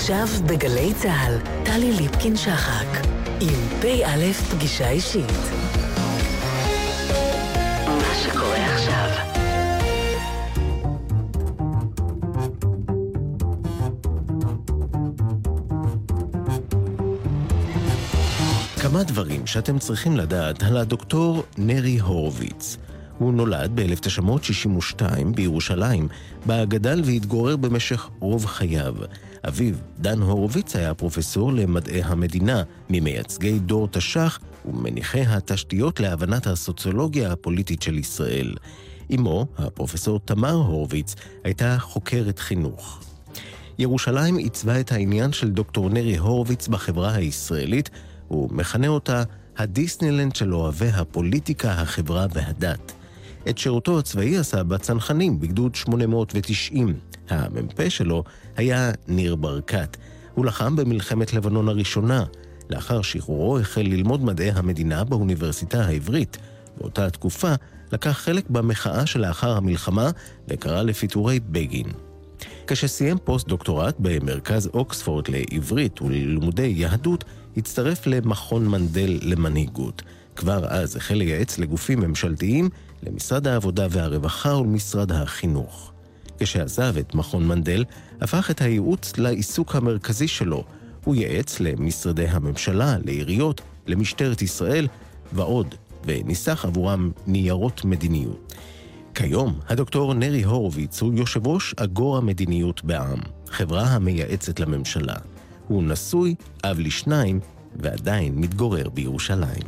עכשיו בגלי צהל, טלי ליפקין שחק, עם פ"א פגישה אישית. מה שקורה עכשיו. כמה דברים שאתם צריכים לדעת על הדוקטור נרי הורוביץ. הוא נולד ב-1962 בירושלים, בה גדל והתגורר במשך רוב חייו. אביו, דן הורוביץ, היה פרופסור למדעי המדינה, ממייצגי דור תש"ח ומניחי התשתיות להבנת הסוציולוגיה הפוליטית של ישראל. אמו, הפרופסור תמר הורוביץ, הייתה חוקרת חינוך. ירושלים עיצבה את העניין של דוקטור נרי הורוביץ בחברה הישראלית, הוא מכנה אותה הדיסנילנד של אוהבי הפוליטיקה, החברה והדת. את שירותו הצבאי עשה בצנחנים בגדוד 890. המ"פ שלו היה ניר ברקת. הוא לחם במלחמת לבנון הראשונה. לאחר שחרורו החל ללמוד מדעי המדינה באוניברסיטה העברית. באותה תקופה לקח חלק במחאה שלאחר המלחמה וקרא לפיטורי בגין. כשסיים פוסט-דוקטורט במרכז אוקספורד לעברית וללימודי יהדות, הצטרף למכון מנדל למנהיגות. כבר אז החל לייעץ לגופים ממשלתיים, למשרד העבודה והרווחה ולמשרד החינוך. כשעזב את מכון מנדל, הפך את הייעוץ לעיסוק המרכזי שלו. הוא ייעץ למשרדי הממשלה, לעיריות, למשטרת ישראל ועוד, וניסח עבורם ניירות מדיניות. כיום, הדוקטור נרי הורוביץ הוא יושב ראש אגורה מדיניות בע"מ, חברה המייעצת לממשלה. הוא נשוי, אב לשניים, ועדיין מתגורר בירושלים.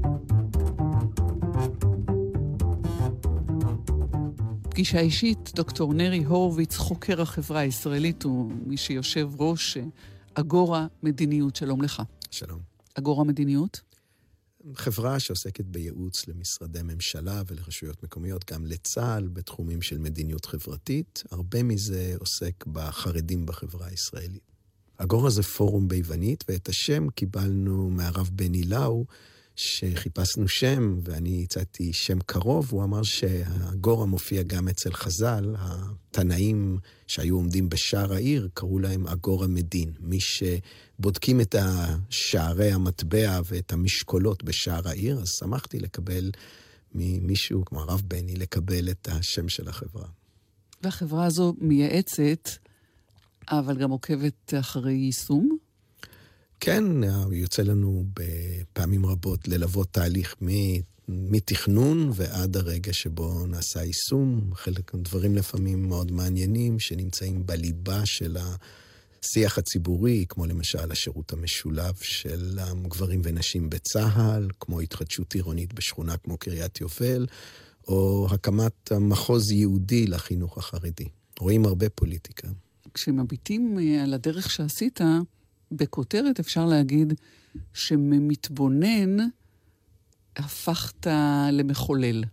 פגישה אישית, דוקטור נרי הורוביץ, חוקר החברה הישראלית, הוא מי שיושב ראש אגורה מדיניות. שלום לך. שלום. אגורה מדיניות? חברה שעוסקת בייעוץ למשרדי ממשלה ולרשויות מקומיות, גם לצה"ל, בתחומים של מדיניות חברתית. הרבה מזה עוסק בחרדים בחברה הישראלית. אגורה זה פורום ביוונית, ואת השם קיבלנו מהרב בני לאו, שחיפשנו שם, ואני הצעתי שם קרוב. הוא אמר שהאגורה מופיע גם אצל חז"ל. התנאים שהיו עומדים בשער העיר, קראו להם אגורה מדין. מי שבודקים את שערי המטבע ואת המשקולות בשער העיר, אז שמחתי לקבל ממישהו כמו הרב בני, לקבל את השם של החברה. והחברה הזו מייעצת, אבל גם עוקבת אחרי יישום? כן, יוצא לנו בפעמים רבות ללוות תהליך מתכנון ועד הרגע שבו נעשה יישום. חלק דברים לפעמים מאוד מעניינים שנמצאים בליבה של השיח הציבורי, כמו למשל השירות המשולב של גברים ונשים בצה"ל, כמו התחדשות עירונית בשכונה כמו קריית יובל, או הקמת מחוז יהודי לחינוך החרדי. רואים הרבה פוליטיקה. כשמביטים על הדרך שעשית, בכותרת אפשר להגיד שמתבונן הפכת למחולל.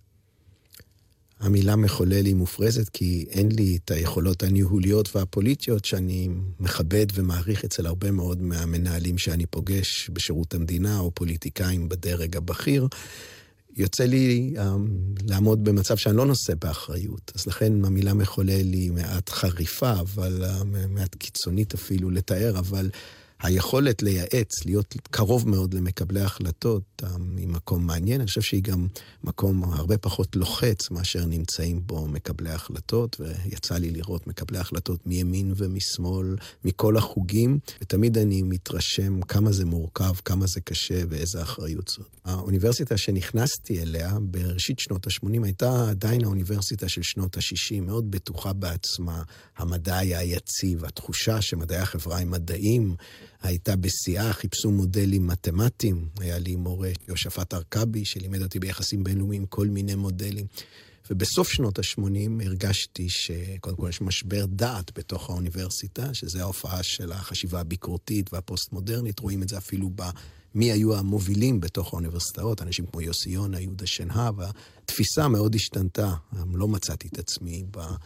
המילה מחולל היא מופרזת כי אין לי את היכולות הניהוליות והפוליטיות שאני מכבד ומעריך אצל הרבה מאוד מהמנהלים שאני פוגש בשירות המדינה או פוליטיקאים בדרג הבכיר. יוצא לי לעמוד במצב שאני לא נושא באחריות. אז לכן המילה מחולל היא מעט חריפה, אבל מעט קיצונית אפילו לתאר, אבל היכולת לייעץ, להיות קרוב מאוד למקבלי ההחלטות, היא מקום מעניין. אני חושב שהיא גם מקום הרבה פחות לוחץ מאשר נמצאים בו מקבלי ההחלטות, ויצא לי לראות מקבלי ההחלטות מימין ומשמאל, מכל החוגים, ותמיד אני מתרשם כמה זה מורכב, כמה זה קשה ואיזה אחריות זאת. האוניברסיטה שנכנסתי אליה בראשית שנות ה-80 הייתה עדיין האוניברסיטה של שנות ה-60, מאוד בטוחה בעצמה, המדע היה יציב, התחושה שמדעי החברה הם מדעים, הייתה בשיאה, חיפשו מודלים מתמטיים, היה לי מורה יושפט ארכבי שלימד אותי ביחסים בינלאומיים כל מיני מודלים, ובסוף שנות ה-80 הרגשתי שקודם כל יש משבר דעת בתוך האוניברסיטה, שזה ההופעה של החשיבה הביקורתית והפוסט-מודרנית, רואים את זה אפילו מי היו המובילים בתוך האוניברסיטאות, אנשים כמו יוסי יונה, יהודה שנהב, והתפיסה מאוד השתנתה, לא מצאתי את עצמי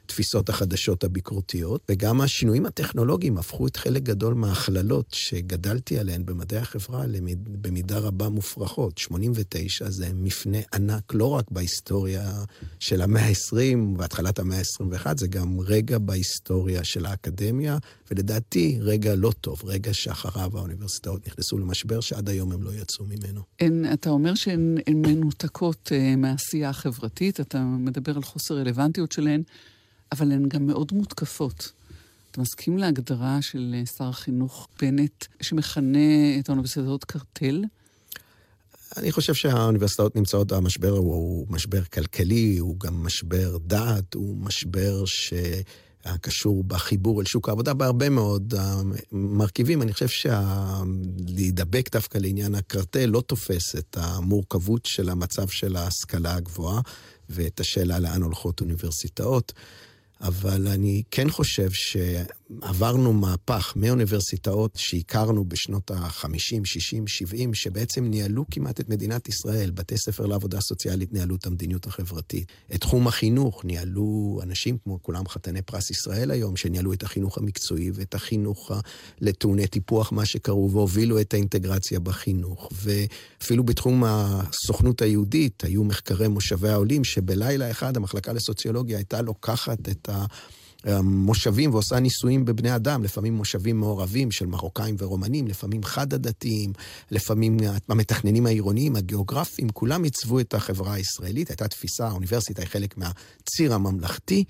התפיסות החדשות הביקורתיות, וגם השינויים הטכנולוגיים הפכו את חלק גדול מההכללות שגדלתי עליהן במדעי החברה במידה רבה מופרכות. 89 זה מפנה ענק לא רק בהיסטוריה של המאה ה-20 והתחלת המאה ה-21, זה גם רגע בהיסטוריה של האקדמיה, ולדעתי רגע לא טוב, רגע שאחריו האוניברסיטאות נכנסו למשבר שעד היום הם לא יצאו ממנו. אתה אומר שהן מנותקות מהעשייה החברתית, אתה מדבר על חוסר רלוונטיות שלהן, אבל הן גם מאוד מותקפות. אתה מסכים להגדרה של שר החינוך בנט, שמכנה את האוניברסיטאות קרטל? אני חושב שהאוניברסיטאות נמצאות, המשבר הוא משבר כלכלי, הוא גם משבר דעת, הוא משבר שקשור בחיבור אל שוק העבודה, בהרבה מאוד מרכיבים. אני חושב להידבק דווקא לעניין הקרטל לא תופס את המורכבות של המצב של ההשכלה הגבוהה, ואת השאלה לאן הולכות אוניברסיטאות. אבל אני כן חושב שעברנו מהפך מאוניברסיטאות שהכרנו בשנות ה-50, 60, 70, שבעצם ניהלו כמעט את מדינת ישראל. בתי ספר לעבודה סוציאלית ניהלו את המדיניות החברתית. את תחום החינוך ניהלו אנשים כמו כולם חתני פרס ישראל היום, שניהלו את החינוך המקצועי ואת החינוך לטעוני טיפוח, מה שקראו, והובילו את האינטגרציה בחינוך. ואפילו בתחום הסוכנות היהודית היו מחקרי מושבי העולים, שבלילה אחד המחלקה לסוציולוגיה הייתה לוקחת את המושבים ועושה ניסויים בבני אדם, לפעמים מושבים מעורבים של מרוקאים ורומנים, לפעמים חד-עדתיים, לפעמים המתכננים העירוניים, הגיאוגרפיים, כולם עיצבו את החברה הישראלית. הייתה תפיסה, האוניברסיטה היא חלק מהציר הממלכתי,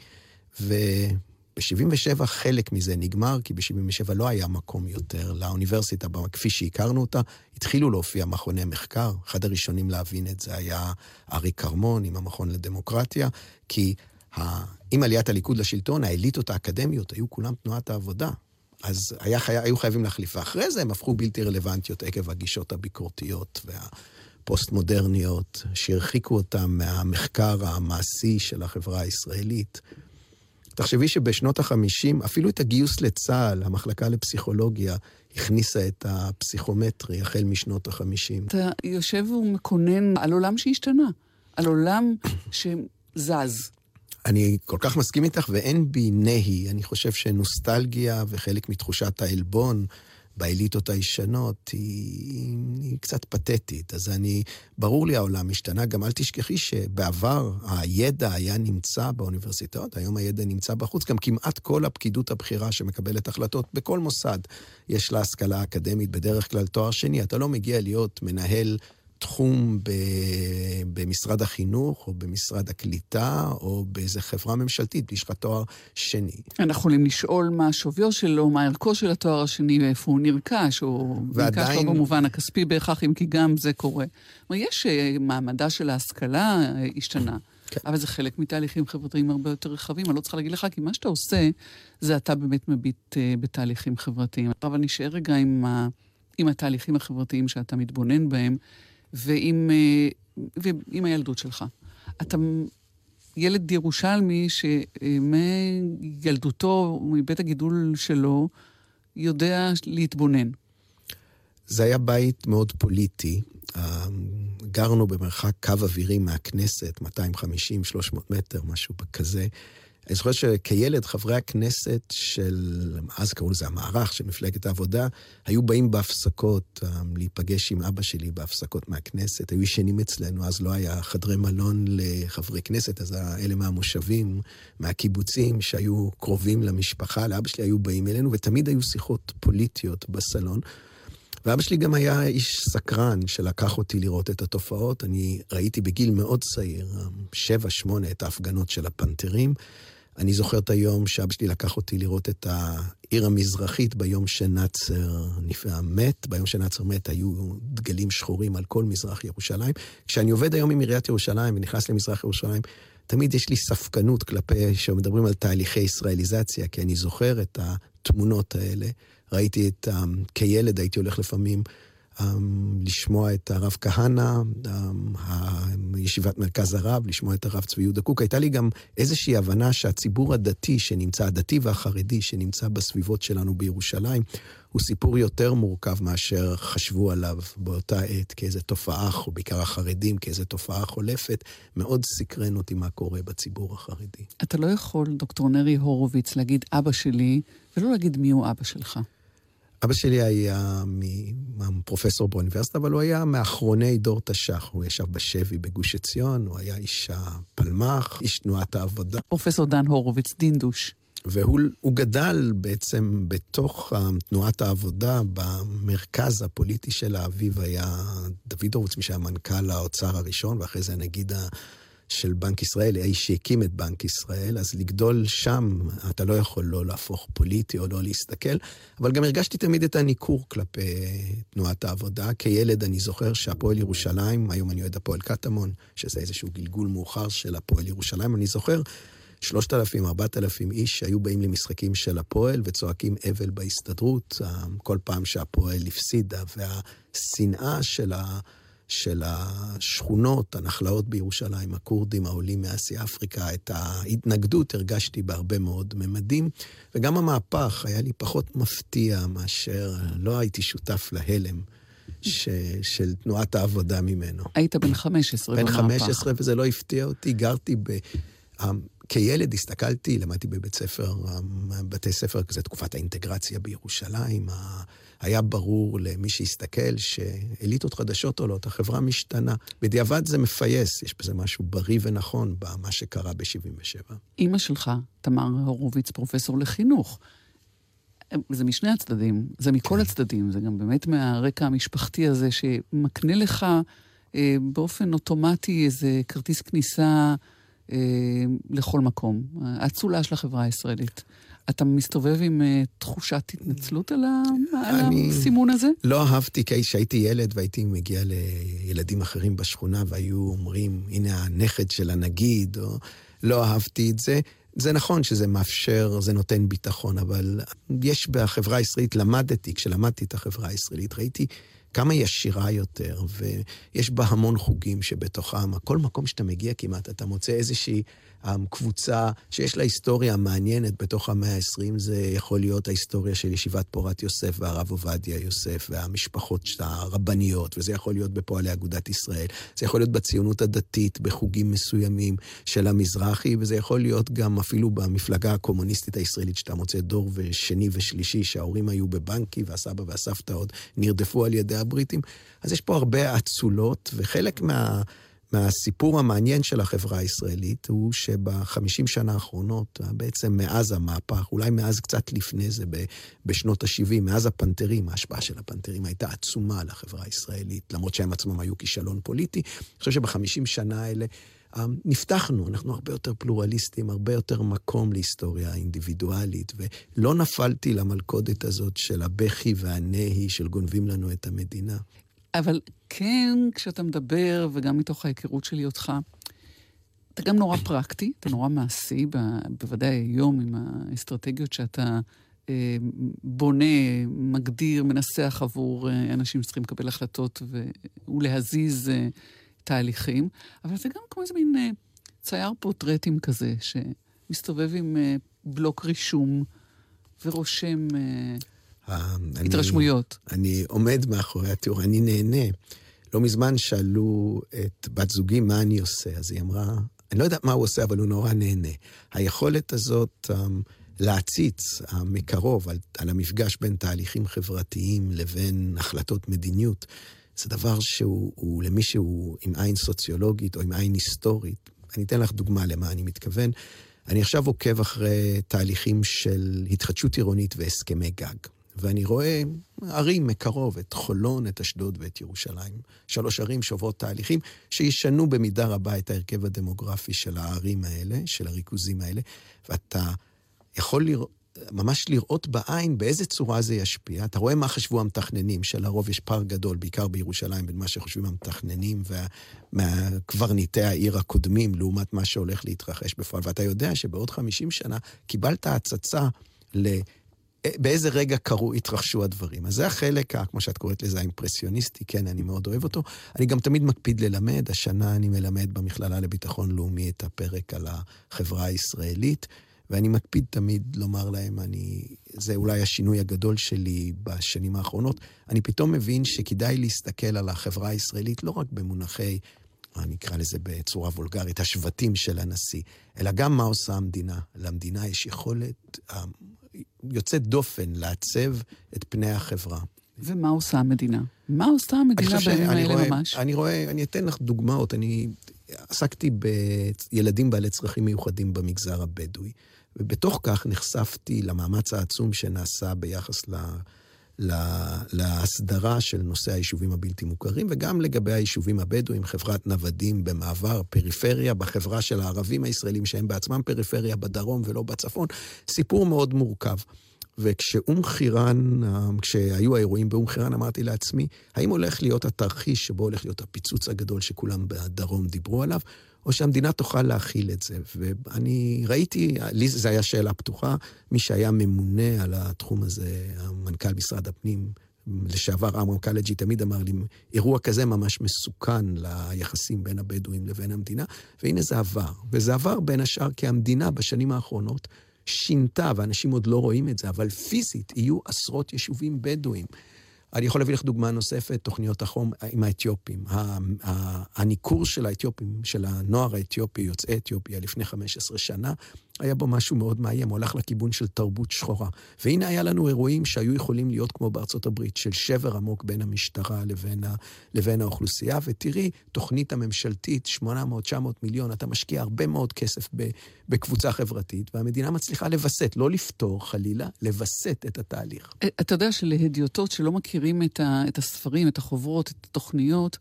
וב-77 חלק מזה נגמר, כי ב-77 לא היה מקום יותר לאוניברסיטה, כפי שהכרנו אותה. התחילו להופיע מכוני מחקר, אחד הראשונים להבין את זה היה ארי קרמון עם המכון לדמוקרטיה, כי עם עליית הליכוד לשלטון, האליטות האקדמיות היו כולם תנועת העבודה. אז היו חייבים להחליף. ואחרי זה הם הפכו בלתי רלוונטיות עקב הגישות הביקורתיות והפוסט-מודרניות, שהרחיקו אותם מהמחקר המעשי של החברה הישראלית. תחשבי שבשנות ה-50, אפילו את הגיוס לצה"ל, המחלקה לפסיכולוגיה, הכניסה את הפסיכומטרי החל משנות ה-50. אתה יושב ומקונן על עולם שהשתנה, על עולם שזז. אני כל כך מסכים איתך, ואין בי נהי. אני חושב שנוסטלגיה וחלק מתחושת העלבון באליטות הישנות היא קצת פתטית. אז ברור לי העולם השתנה. גם אל תשכחי שבעבר הידע היה נמצא באוניברסיטאות, היום הידע נמצא בחוץ. גם כמעט כל הפקידות הבכירה שמקבלת החלטות בכל מוסד יש לה השכלה אקדמית, בדרך כלל תואר שני. אתה לא מגיע להיות מנהל תחום במשרד החינוך, או במשרד הקליטה, או באיזה חברה ממשלתית, בלי שלך תואר שני. אנחנו יכולים לשאול מה השוויו שלו, מה ערכו של התואר השני, ואיפה הוא נרכש, או נרכש לו במובן הכספי בהכרח, אם כי גם זה קורה. יש מעמדה של ההשכלה השתנה, כן. אבל זה חלק מתהליכים חברתיים הרבה יותר רחבים. אני לא צריכה להגיד לך, כי מה שאתה עושה, זה אתה באמת מביט בתהליכים חברתיים. אבל נשאר רגע עם התהליכים החברתיים שאתה מתבונן בהם, ועם הילדות שלך. אתה ילד ירושלמי שמילדותו, מבית הגידול שלו, יודע להתבונן. זה היה בית מאוד פוליטי. גרנו במרחק קו אווירי מהכנסת, 250-300 מטר, משהו כזה. אני זוכר שכילד חברי הכנסת של, אז קראו לזה המערך של מפלגת העבודה, היו באים בהפסקות, להיפגש עם אבא שלי בהפסקות מהכנסת, היו ישנים אצלנו, אז לא היה חדרי מלון לחברי כנסת, אז אלה מהמושבים, מהקיבוצים שהיו קרובים למשפחה, לאבא שלי היו באים אלינו, ותמיד היו שיחות פוליטיות בסלון, ואבא שלי גם היה איש סקרן שלקח אותי לראות את התופעות. אני ראיתי בגיל מאוד צעיר, 7-8, את ההפגנות של הפנתרים. אני זוכר את היום שאבא שלי לקח אותי לראות את העיר המזרחית ביום שנאצר מת. ביום שנאצר מת היו דגלים שחורים על כל מזרח ירושלים. כשאני עובד היום עם עיריית ירושלים ונכנס למזרח ירושלים, תמיד יש לי ספקנות כלפי שמדברים על תהליכי ישראליזציה, כי אני זוכר את התמונות האלה. ראיתי כילד, הייתי הולך לפעמים לשמוע את הרב כהנא, ישיבת מרכז הרב, לשמוע את הרב צבי יהודה קוק. הייתה לי גם איזושהי הבנה שהציבור הדתי שנמצא, הדתי והחרדי שנמצא בסביבות שלנו בירושלים, הוא סיפור יותר מורכב מאשר חשבו עליו באותה עת כאיזו תופעה, או בעיקר החרדים כאיזו תופעה חולפת. מאוד סקרן אותי מה קורה בציבור החרדי. אתה לא יכול, דוקטור נרי הורוביץ, להגיד אבא שלי, ולא להגיד מי הוא אבא שלך. אבא שלי היה פרופסור באוניברסיטה, אבל הוא היה מאחרוני דור תש"ח. הוא ישב בשבי בגוש עציון, הוא היה איש הפלמ"ח, איש תנועת העבודה. פרופסור דן הורוביץ, דינדוש. והוא גדל בעצם בתוך תנועת העבודה, במרכז הפוליטי של האביב היה דוד הורוביץ, מי שהיה מנכ"ל האוצר הראשון, ואחרי זה הנגיד של בנק ישראל, האיש שהקים את בנק ישראל, אז לגדול שם, אתה לא יכול לא להפוך פוליטי או לא להסתכל, אבל גם הרגשתי תמיד את הניכור כלפי תנועת העבודה. כילד אני זוכר שהפועל ירושלים, היום אני אוהד הפועל קטמון, שזה איזשהו גלגול מאוחר של הפועל ירושלים, אני זוכר 3,000, 4,000 איש שהיו באים למשחקים של הפועל וצועקים אבל בהסתדרות, כל פעם שהפועל הפסידה, והשנאה של השכונות, הנחלאות בירושלים, הקורדים, העולים מאסיה אפריקה, את ההתנגדות הרגשתי בהרבה מאוד ממדים, וגם המהפך היה לי פחות מפתיע מאשר לא הייתי שותף להלם של תנועת העבודה ממנו. היית בן 15 בן במהפך. 15 וזה לא הפתיע אותי, גרתי כילד הסתכלתי, למדתי בבית ספר, בתי ספר כזה, תקופת האינטגרציה בירושלים, היה ברור למי שהסתכל שאליטות חדשות עולות, החברה משתנה. בדיעבד זה מפייס, יש בזה משהו בריא ונכון במה שקרה ב-77. אמא שלך, תמר הורוביץ, פרופסור לחינוך. זה משני הצדדים, זה מכל הצדדים, זה גם באמת מהרקע המשפחתי הזה שמקנה לך באופן אוטומטי איזה כרטיס כניסה לכל מקום. האצולה של החברה הישראלית. אתה מסתובב עם תחושת התנצלות על הסימון הזה? לא אהבתי, כי שהייתי ילד והייתי מגיע לילדים אחרים בשכונה והיו אומרים, הנה הנכד של הנגיד, או לא אהבתי את זה. זה נכון שזה מאפשר, זה נותן ביטחון, אבל יש בחברה הישראלית, כשלמדתי את החברה הישראלית, ראיתי כמה ישירה יותר, ויש בה המון חוגים שבתוכם, כל מקום שאתה מגיע כמעט, אתה מוצא איזושהי קבוצה שיש לה היסטוריה מעניינת בתוך המאה ה-20, זה יכול להיות ההיסטוריה של ישיבת פורת יוסף והרב עובדיה יוסף, והמשפחות הרבניות, וזה יכול להיות בפועלי אגודת ישראל, זה יכול להיות בציונות הדתית, בחוגים מסוימים של המזרחי, וזה יכול להיות גם אפילו במפלגה הקומוניסטית הישראלית, שאתה מוצא דור ושני ושלישי, שההורים היו בבנקי, והסבא והסבתא עוד נרדפו על ידי הבריטים. אז יש פה הרבה עצולות, וחלק מהסיפור המעניין של החברה הישראלית הוא שב-50 שנה האחרונות, בעצם מאז המהפך, אולי מאז קצת לפני זה, בשנות ה-70, מאז הפנתרים, ההשפעה של הפנתרים הייתה עצומה על החברה הישראלית, למרות שהם עצמם היו כישלון פוליטי. אני חושב שב-50 שנה האלה נפתחנו, אנחנו הרבה יותר פלורליסטים, הרבה יותר מקום להיסטוריה אינדיבידואלית, ולא נפלתי למלכודת הזאת של הבכי והנהי של גונבים לנו את המדינה. אבל כן, כשאתה מדבר, וגם מתוך ההיכרות שלי אותך, אתה גם נורא פרקטי, אתה נורא מעשי, בוודאי היום עם האסטרטגיות שאתה בונה, מגדיר, מנסח עבור אנשים שצריכים לקבל החלטות ולהזיז תהליכים, אבל זה גם כמו איזה מין צייר פורטרטים כזה, שמסתובב עם בלוק רישום ורושם התרשמויות. אני עומד מאחורי התיאור, אני נהנה. לא מזמן שאלו את בת זוגי מה אני עושה, אז היא אמרה, אני לא יודעת מה הוא עושה, אבל הוא נורא נהנה. היכולת הזאת להציץ מקרוב על המפגש בין תהליכים חברתיים לבין החלטות מדיניות, זה דבר שהוא למישהו עם עין סוציולוגית או עם עין היסטורית. אני אתן לך דוגמה למה אני מתכוון. אני עכשיו עוקב אחרי תהליכים של התחדשות עירונית והסכמי גג. ואני רואה ערים מקרוב, את חולון, את אשדוד ואת ירושלים. 3 ערים שעוברות תהליכים שישנו במידה רבה את ההרכב הדמוגרפי של הערים האלה, של הריכוזים האלה, ואתה יכול ממש לראות בעין באיזה צורה זה ישפיע. אתה רואה מה חשבו המתכננים, שלרוב יש פער גדול, בעיקר בירושלים, בין מה שחושבים המתכננים ומהקברניטי העיר הקודמים, לעומת מה שהולך להתרחש בפועל. ואתה יודע שבעוד 50 שנה קיבלת הצצה באיזה רגע התרחשו הדברים. אז זה החלק, כמו שאת קוראת לזה, האימפרסיוניסטי, כן, אני מאוד אוהב אותו. אני גם תמיד מקפיד ללמד, השנה אני מלמד במכללה לביטחון לאומי את הפרק על החברה הישראלית, ואני מקפיד תמיד לומר להם, זה אולי השינוי הגדול שלי בשנים האחרונות, אני פתאום מבין שכדאי להסתכל על החברה הישראלית, לא רק במונחי, אני אקרא לזה בצורה וולגרית, השבטים של הנשיא, אלא גם מה עושה המדינה. למדינה יש יכולת יוצאת דופן לעצב את פני החברה. ומה עושה המדינה? מה עושה המדינה בימים האלה ממש? אני אתן לך דוגמאות. אני עסקתי בילדים בעלי צרכים מיוחדים במגזר הבדואי, ובתוך כך נחשפתי למאמץ העצום שנעשה ביחס להסדרה של נושא היישובים הבלתי מוכרים, וגם לגבי היישובים הבדואים, חברת נוודים במעבר, פריפריה, בחברה של הערבים הישראלים שהם בעצמם פריפריה בדרום ולא בצפון, סיפור מאוד מורכב. וכשאום חירן, כשהיו האירועים באום חירן, אמרתי לעצמי, האם הולך להיות התרחיש שבו הולך להיות הפיצוץ הגדול שכולם בדרום דיברו עליו, או שהמדינה תוכל להכיל את זה. ואני ראיתי, לי זו הייתה שאלה פתוחה, מי שהיה ממונה על התחום הזה, המנכ"ל משרד הפנים, לשעבר עמרם קלג'י, תמיד אמר לי, אירוע כזה ממש מסוכן ליחסים בין הבדואים לבין המדינה, והנה זה עבר. וזה עבר בין השאר כי המדינה בשנים האחרונות שינתה, ואנשים עוד לא רואים את זה, אבל פיזית יהיו עשרות יישובים בדואים. אני יכול להביא לך דוגמה נוספת, תוכניות החום עם האתיופים. הניכור של האתיופים, של הנוער האתיופי, יוצאי אתיופיה, לפני 15 שנה, היה בו משהו מאוד מאיים, הוא הלך לכיוון של תרבות שחורה. והנה היה לנו אירועים שהיו יכולים להיות כמו בארצות הברית, של שבר עמוק בין המשטרה לבין האוכלוסייה, ותראי, תוכנית הממשלתית, 800-900 מיליון, אתה משקיע הרבה מאוד כסף בקבוצה חברתית, והמדינה מצליחה לבסט, לא לפתור חלילה, לבסט את התהליך. אתה יודע שלהדיוטות שלא מכירים את הספרים, את החוברות, את התוכניות,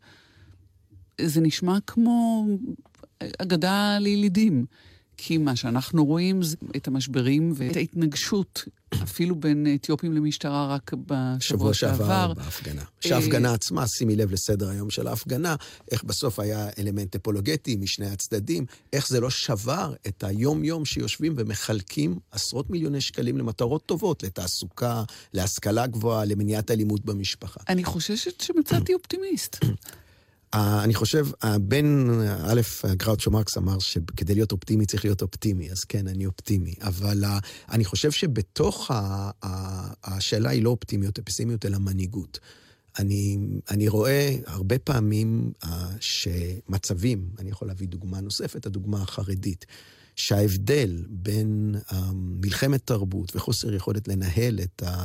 זה נשמע כמו אגדה לילידים. כי מה שאנחנו רואים זה את המשברים ואת ההתנגשות, אפילו בין אתיופים למשטרה רק בשבוע שעבר. בהפגנה. שההפגנה עצמה, שימי לב לסדר היום של ההפגנה, איך בסוף היה אלמנט אפולוגטי משני הצדדים, איך זה לא שבר את היום-יום שיושבים ומחלקים עשרות מיליוני שקלים למטרות טובות, לתעסוקה, להשכלה גבוהה, למניעת אלימות במשפחה. אני חוששת שמצאתי אופטימיסט. אני חושב, א', גראוצ'ו מרקס אמר שכדי להיות אופטימי צריך להיות אופטימי, אז כן, אני אופטימי, אבל אני חושב שבתוך השאלה היא לא אופטימיות, פסימיות, אלא מנהיגות. אני רואה הרבה פעמים שמצבים, אני יכול להביא דוגמה נוספת, הדוגמה החרדית, שההבדל בין מלחמת תרבות וחוסר יכולת לנהל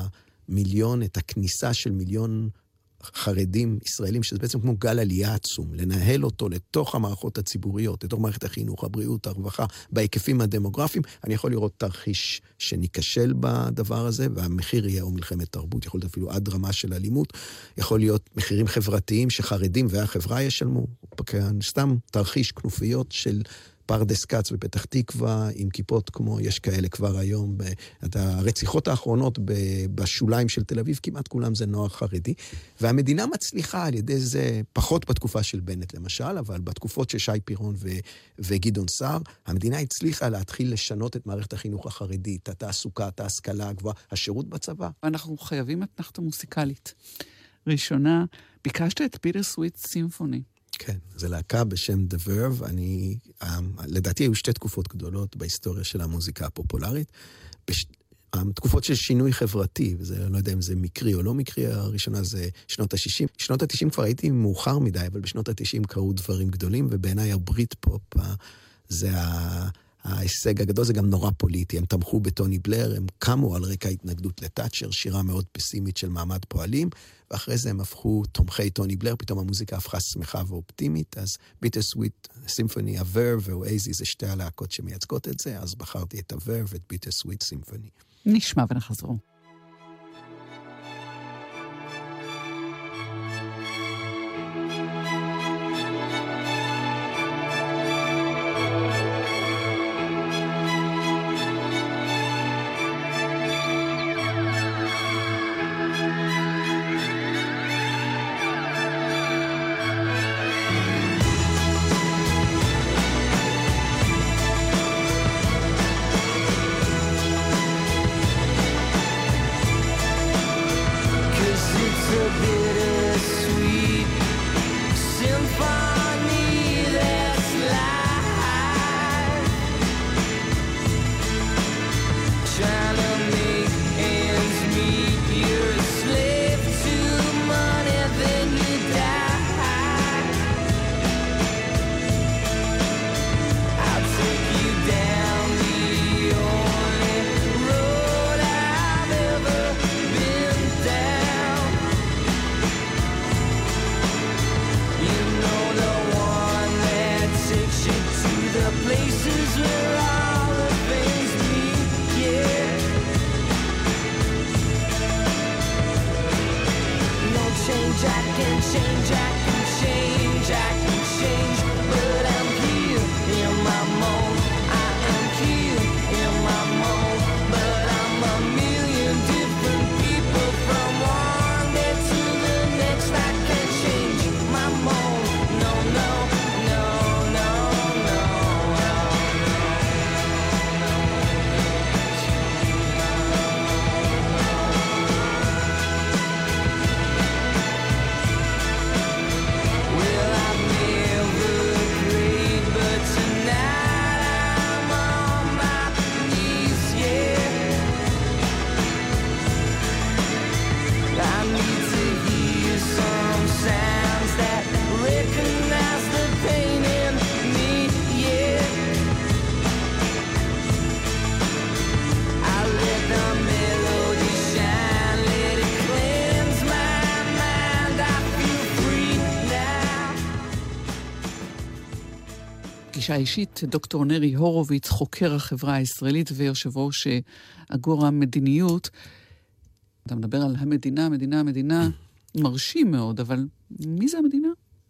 את הכניסה של מיליון חרדים ישראלים, שזה בעצם כמו גל עלייה עצום, לנהל אותו לתוך המערכות הציבוריות, לתוך מערכת החינוך, הבריאות, הרווחה, בהיקפים הדמוגרפיים, אני יכול לראות תרחיש שניכשל בדבר הזה, והמחיר יהיה או מלחמת תרבות, יכול להיות אפילו עד רמה של אלימות, יכול להיות מחירים חברתיים שחרדים והחברה ישלמו, סתם תרחיש כנופיות של פרדס קץ בפתח תקווה, עם כיפות כמו יש כאלה כבר היום, הרציחות האחרונות בשוליים של תל אביב, כמעט כולם זה נוער חרדי, והמדינה מצליחה על ידי זה, פחות בתקופה של בנט למשל, אבל בתקופות של שי פירון וגדעון סער, המדינה הצליחה להתחיל לשנות את מערכת החינוך החרדית, התעסוקה, את ההשכלה הגבוהה, השירות בצבא. אנחנו חייבים אתנחתה מוסיקלית. ראשונה, ביקשת את פיטר סוויט סימפוני. כן, זה להקה בשם The Verve, לדעתי היו שתי תקופות גדולות בהיסטוריה של המוזיקה הפופולרית, תקופות של שינוי חברתי, וזה לא יודע אם זה מקרי או לא מקרי, הראשונה זה שנות ה-60. שנות ה-90 כבר הייתי מאוחר מדי, אבל בשנות ה-90 קרו דברים גדולים, ובעיניי הברית פופ זה ההישג הגדול, זה גם נורא פוליטי. הם תמכו בטוני בלר, הם קמו על רקע התנגדות לטאצ'ר, שירה מאוד פסימית של מעמד פועלים, ואחרי זה הם הפכו תומכי טוני בלר, פתאום המוזיקה הפכה שמחה ואופטימית, אז ביטר סוויט סימפוני, הוורב ואואזי, זה שתי הלהקות שמייצגות את זה, אז בחרתי את הוורב ואת ביטר סוויט סימפוני. נשמע ונחזור. the bittersweet symphony that's life. Trying to make ends meet, you're a slave to money, then you die. I'll take you down the only road I've ever been down. You know, the one that takes you to the places where all the things meet, yeah. No change, I can change, I can change, I can change, but I'm here in my mold. I am here in my mold, but I'm a million different people from one day to the next. I can change my mold. No, no, no, no, no, no. Well, I've never prayed, but tonight I'm on my knees, yeah. I need to hear some sounds that recognize the pain in me, yeah. I let the melody shine, let it cleanse my mind. I feel free now. פגישה אישית, דוקטור נרי הורוביץ, חוקר החברה הישראלית ויושב ראש אגורה מדיניות. אתה מדבר על המדינה, מדינה, מרשים מאוד, אבל מי זה המדינה?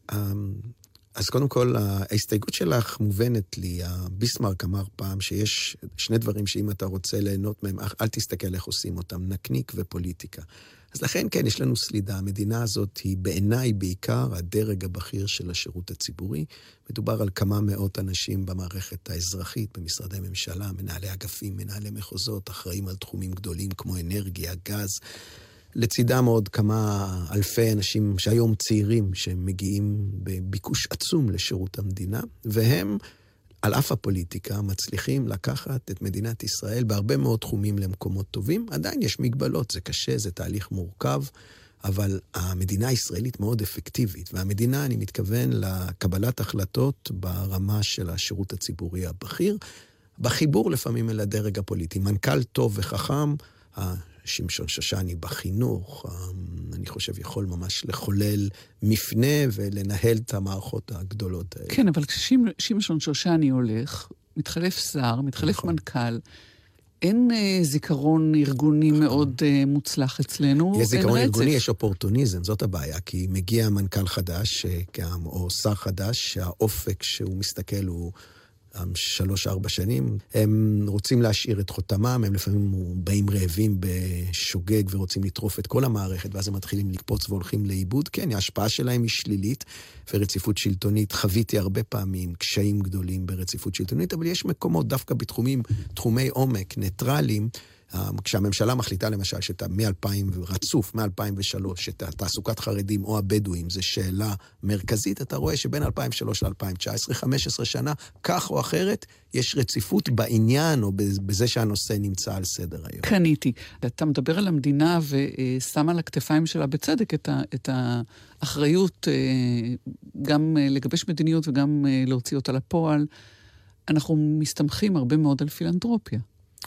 אז קודם כל, ההסתייגות שלך מובנת לי. ביסמרק אמר פעם שיש שני דברים שאם אתה רוצה ליהנות מהם, אל תסתכל איך עושים אותם, נקניק ופוליטיקה. אז לכן, כן, יש לנו סלידה. המדינה הזאת היא בעיניי בעיקר הדרג הבכיר של השירות הציבורי. מדובר על כמה מאות אנשים במערכת האזרחית, במשרדי ממשלה, מנהלי אגפים, מנהלי מחוזות, אחראים על תחומים גדולים כמו אנרגיה, גז. לצידם עוד כמה אלפי אנשים שהיום צעירים שמגיעים בביקוש עצום לשירות המדינה, והם על אף הפוליטיקה מצליחים לקחת את מדינת ישראל בהרבה מאוד תחומים למקומות טובים. עדיין יש מגבלות, זה קשה, זה תהליך מורכב, אבל המדינה הישראלית מאוד אפקטיבית, והמדינה, אני מתכוון לקבלת החלטות ברמה של השירות הציבורי הבכיר, בחיבור לפעמים אל הדרג הפוליטי. מנכ"ל טוב וחכם, שמשון שושני בחינוך, אני חושב יכול ממש לחולל מפנה ולנהל את המערכות הגדולות האלה. כן, אבל כששמשון שושני הולך, מתחלף שר, מתחלף נכון. מנכ"ל, אין זיכרון ארגוני מאוד מוצלח אצלנו. יש זיכרון ארגוני, יש אופורטוניזם, זאת הבעיה, כי מגיע מנכ"ל חדש, או שר חדש, שהאופק שהוא מסתכל הוא 3-4 שנים, הם רוצים להשאיר את חותמם, הם לפעמים באים רעבים בשוגג ורוצים לטרוף את כל המערכת, ואז הם מתחילים לקפוץ והולכים לאיבוד. כן, ההשפעה שלהם היא שלילית, ורציפות שלטונית, חוויתי הרבה פעמים קשיים גדולים ברציפות שלטונית, אבל יש מקומות דווקא תחומי עומק, ניטרליים, כשהממשלה מחליטה למשל רצוף מ-2003, שתעסוקת חרדים או הבדואים זה שאלה מרכזית, אתה רואה שבין 2003 ל-2019, 15 שנה, כך או אחרת, יש רציפות בעניין או בזה שהנושא נמצא על סדר היום. קניתי. אתה מדבר על המדינה ושם על הכתפיים שלה בצדק את האחריות גם לגבש מדיניות וגם להוציא אותה לפועל. אנחנו מסתמכים הרבה מאוד על פילנתרופיה.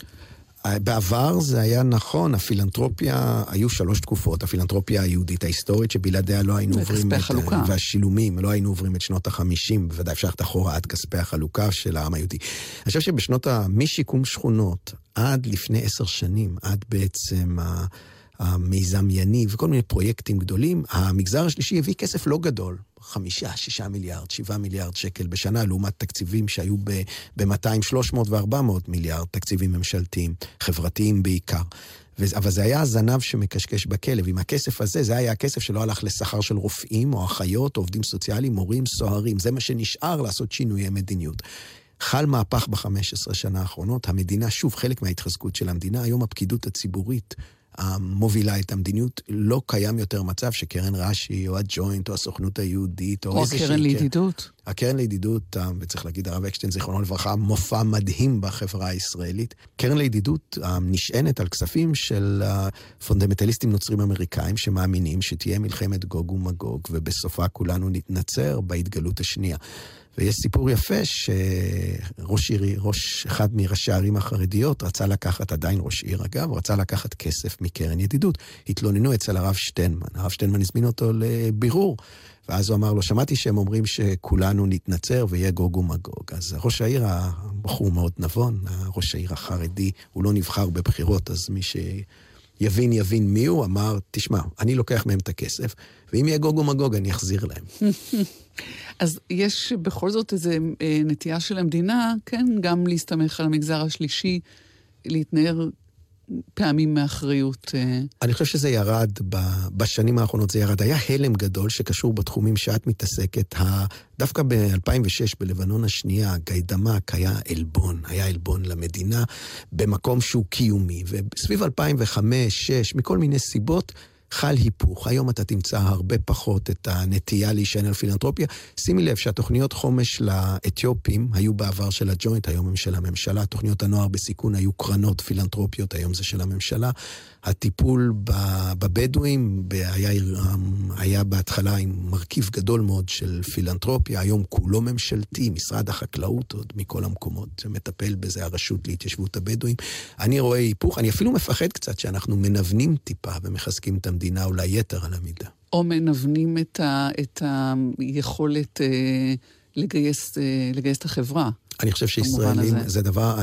בעבר זה היה נכון, הפילנתרופיה, היו 3 תקופות, הפילנתרופיה היהודית ההיסטורית, שבלעדיה לא היינו עוברים את, והשילומים, לא היינו עוברים את שנות ה-50, בוודאי אפשר אחורה עד כספי החלוקה של העם היהודי. אני חושב שבשנות משיקום שכונות, עד לפני 10 שנים, עד בעצם המיזם יניב, וכל מיני פרויקטים גדולים, המגזר השלישי הביא כסף לא גדול, 5, 6 מיליארד, 7 מיליארד שקל בשנה, לעומת תקציבים שהיו ב-200, 300 ו-400 מיליארד, תקציבים ממשלתיים, חברתיים בעיקר. אבל זה היה הזנב שמקשקש בכלב. עם הכסף הזה, זה היה הכסף שלא הלך לשכר של רופאים או אחיות, או עובדים סוציאליים, מורים, סוהרים. זה מה שנשאר לעשות שינויי מדיניות. חל מהפך ב-15 שנה האחרונות, המדינה, שוב חלק מההתחזקות של המדינה, היום הפקידות הציבורית, מובילה את המדיניות. לא קיים יותר מצב שקרן רש"י, או הג'וינט, או הסוכנות היהודית, או הקרן לידידות. הקרן לידידות, וצריך להגיד, הרב אקשטיין, זיכרונו לברכה, מופע מדהים בחברה הישראלית. קרן לידידות נשענת על כספים של פונדמנטליסטים נוצרים אמריקאים, שמאמינים שתהיה מלחמת גוג ומגוג, ובסופה כולנו נתנצר בהתגלות השנייה. ויש סיפור יפה אחד מראשי הערים החרדיות רצה לקחת, עדיין ראש עיר אגב, רצה לקחת כסף מקרן ידידות. התלוננו אצל הרב שטיינמן. הרב שטיינמן הזמין אותו לבירור, ואז הוא אמר לו, שמעתי שהם אומרים שכולנו נתנצר ויהיה גוג ומגוג. אז ראש העיר, הבחור מאוד נבון, ראש העיר החרדי, הוא לא נבחר בבחירות, אז מי יבין מי הוא, אמר, תשמע, אני לוקח מהם את הכסף, ואם יהיה גוג ומגוג, אני אחזיר להם. אז יש בכל זאת איזו נטייה של המדינה, כן, גם להסתמך על המגזר השלישי, להתנער פעמים מאחריות. אני חושב שזה ירד, בשנים האחרונות זה ירד. היה הלם גדול שקשור בתחומים שאת מתעסקת. דווקא ב-2006, בלבנון השנייה, גיידמק היה עלבון למדינה, במקום שהוא קיומי. וסביב 2005-2006, מכל מיני סיבות, חל היפוך. היום אתה תמצא הרבה פחות את הנטייה להישען על פילנתרופיה. שימי לב שהתוכניות חומש לאתיופים היו בעבר של הג'וינט, היום הם של הממשלה. תוכניות הנוער בסיכון היו קרנות פילנתרופיות, היום זה של הממשלה. הטיפול בבדואים היה בהתחלה עם מרכיב גדול מאוד של פילנתרופיה, היום כולו ממשלתי, משרד החקלאות עוד מכל המקומות שמטפל בזה, הרשות להתיישבות הבדואים. אני רואה היפוך, אני אפילו מפחד קצת שאנחנו מנוונים טיפה ומחזקים את המדינה אולי יתר על המידה. או מנוונים את היכולת לגייס את החברה. אני חושב שישראלים זה דבר,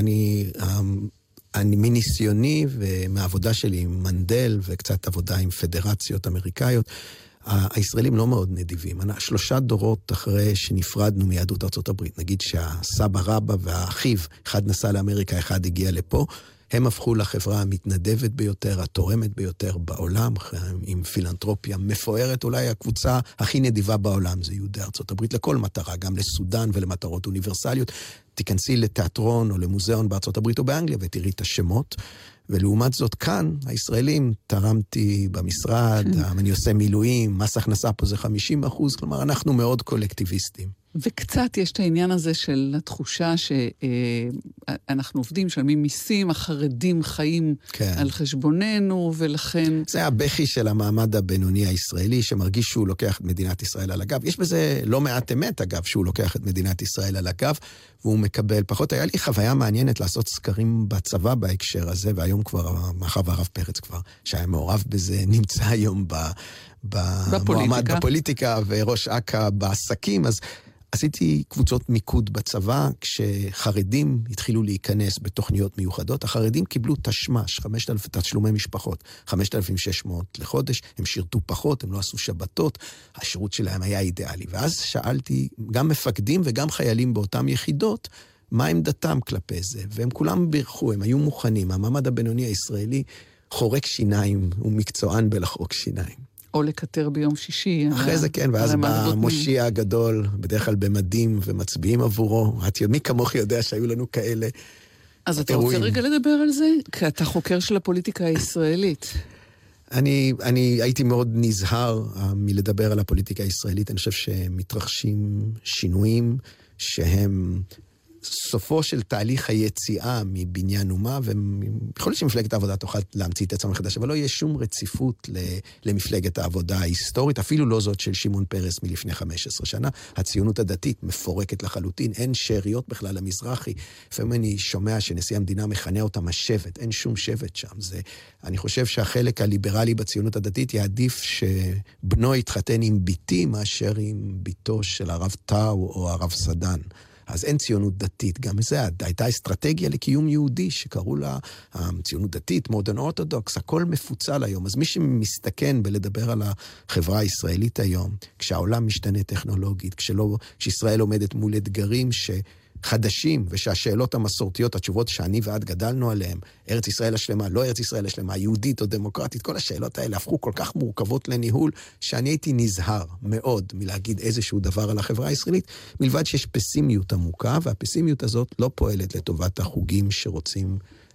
אני מניסיוני ומהעבודה שלי עם מנדל וקצת עבודה עם פדרציות אמריקאיות, הישראלים לא מאוד נדיבים. 3 דורות אחרי שנפרדנו מיהדות ארצות הברית, נגיד שהסבא רבא והאחיו, אחד נסע לאמריקה, אחד הגיע לפה, הם הפכו לחברה המתנדבת ביותר, התורמת ביותר בעולם, עם פילנתרופיה מפוארת, אולי הקבוצה הכי נדיבה בעולם, זה יהודי ארצות הברית, לכל מטרה, גם לסודן ולמטרות אוניברסליות. תיכנסי לתיאטרון או למוזיאון בארצות הברית או באנגליה ותראי את השמות, ולעומת זאת כאן, הישראלים, תרמתי במשרד, אני עושה מילואים, מס הכנסה פה זה 50%, כלומר אנחנו מאוד קולקטיביסטים. וקצת יש את העניין הזה של התחושה שאנחנו עובדים, שלמים מיסים, החרדים חיים על חשבוננו, ולכן... זה הבכי של המעמד הבינוני הישראלי, שמרגיש שהוא לוקח את מדינת ישראל על הגב. יש בזה לא מעט אמת, אגב, שהוא לוקח את מדינת ישראל על הגב, והוא מקבל פחות. היה לי חוויה מעניינת לעשות סקרים בצבא בהקשר הזה, והיום כבר, מאחר והרב פרץ כבר, שהיה מעורב בזה, נמצא היום במועמד בפוליטיקה, וראש אכ"א בעסקים, אז עשיתי קבוצות מיקוד בצבא, כשחרדים התחילו להיכנס בתוכניות מיוחדות, החרדים קיבלו תשמש, 5,000 תשלומי משפחות, 5,600 לחודש, הם שירתו פחות, הם לא עשו שבתות, השירות שלהם היה אידיאלי. ואז שאלתי גם מפקדים וגם חיילים באותם יחידות, מה עמדתם כלפי זה? והם כולם בירכו, הם היו מוכנים. המעמד הבינוני הישראלי חורק שיניים, הוא מקצוען בלחרוק שיניים. או לקטר ביום שישי. אחרי זה כן, ואז בא מושיע הגדול, בדרך כלל במדים ומצביעים עבורו. מי כמוך יודע שהיו לנו כאלה. אז אתה רוצה רגע לדבר על זה? כי אתה חוקר של הפוליטיקה הישראלית. אני הייתי מאוד נזהר מלדבר על הפוליטיקה הישראלית. אני חושב שמתרחשים שינויים שהם סופו של תהליך היציאה מבניין אומה, ויכול להיות שמפלגת העבודה תוכל להמציא את עצמה מחדש, אבל לא יהיה שום רציפות למפלגת העבודה ההיסטורית, אפילו לא זאת של שמעון פרס מלפני 15 שנה. הציונות הדתית מפורקת לחלוטין, אין שאריות בכלל למזרחי. לפעמים אני שומע שנשיא המדינה מכנה אותם השבט, אין שום שבט שם. אני חושב שהחלק הליברלי בציונות הדתית יעדיף שבנו יתחתן עם ביתי, מאשר עם ביתו של הרב טאו או הרב סדן. אז אין ציונות דתית, גם זה הייתה אסטרטגיה לקיום יהודי שקראו לה ציונות דתית, מודרן אורתודוקס, הכל מפוצל היום. אז מי שמסתכן בלדבר על החברה הישראלית היום, כשהעולם משתנה טכנולוגית, כשישראל עומדת מול אתגרים חדשים, ושהשאלות המסורתיות, התשובות שאני ועד גדלנו עליהן, ארץ ישראל השלמה, לא ארץ ישראל השלמה, יהודית או דמוקרטית, כל השאלות האלה הפכו כל כך מורכבות לניהול, שאני הייתי נזהר מאוד מלהגיד איזשהו דבר על החברה הישראלית, מלבד שיש פסימיות עמוקה, והפסימיות הזאת לא פועלת לטובת החוגים שרוצים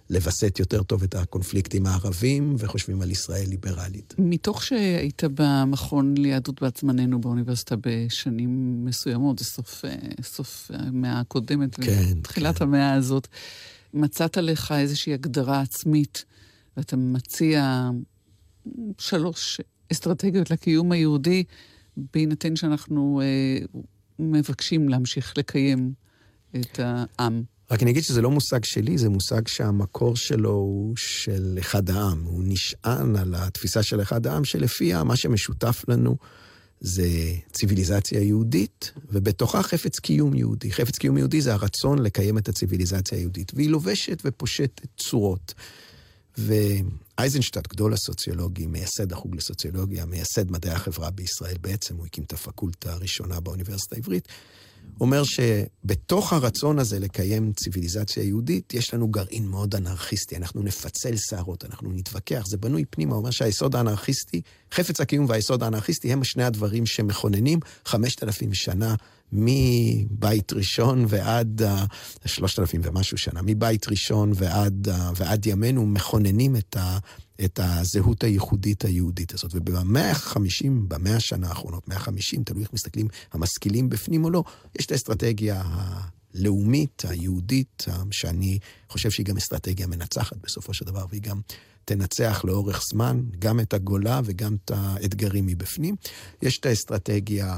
לבסט יותר טוב את הקונפליקטים הערבים, וחושבים על ישראל ליברלית. מתוך שהיית במכון ליהדות בת זמננו באוניברסיטה בשנים מסוימות, זה סוף המאה הקודמת, תחילת המאה הזאת, מצאת לך איזושהי הגדרה עצמית, ואתה מציע 3 אסטרטגיות לקיום היהודי, בהינתן שאנחנו מבקשים להמשיך לקיים את העם. רק אני אגיד שזה לא מושג שלי, זה מושג שהמקור שלו הוא של אחד העם. הוא נשען על התפיסה של אחד העם, שלפיה מה שמשותף לנו זה ציוויליזציה יהודית, ובתוכה חפץ קיום יהודי. חפץ קיום יהודי זה הרצון לקיים את הציוויליזציה היהודית, והיא לובשת ופושטת צורות. ואייזנשטט, גדול הסוציולוגי, מייסד החוג לסוציולוגיה, מייסד מדעי החברה בישראל, בעצם הוא הקים את הפקולטה הראשונה באוניברסיטה העברית, אומר שבתוך הרצון הזה לקיים ציוויליזציה יהודית, יש לנו גרעין מאוד אנרכיסטי, אנחנו נפצל שערות, אנחנו נתווכח, זה בנוי פנימה, הוא אומר שהיסוד האנרכיסטי, חפץ הקיום והיסוד האנרכיסטי, הם שני הדברים שמכוננים 5,000 שנה, מבית ראשון ועד 3,000 ומשהו שנה, מבית ראשון ועד ימינו, מכוננים את הזהות הייחודית היהודית הזאת. וב-150, ב100 השנה האחרונות, 150, תלוי איך מסתכלים, המשכילים בפנים או לא, יש את האסטרטגיה הלאומית, היהודית, שאני חושב שהיא גם אסטרטגיה מנצחת בסופו של דבר, והיא גם תנצח לאורך זמן, גם את הגולה וגם את האתגרים מבפנים. יש את האסטרטגיה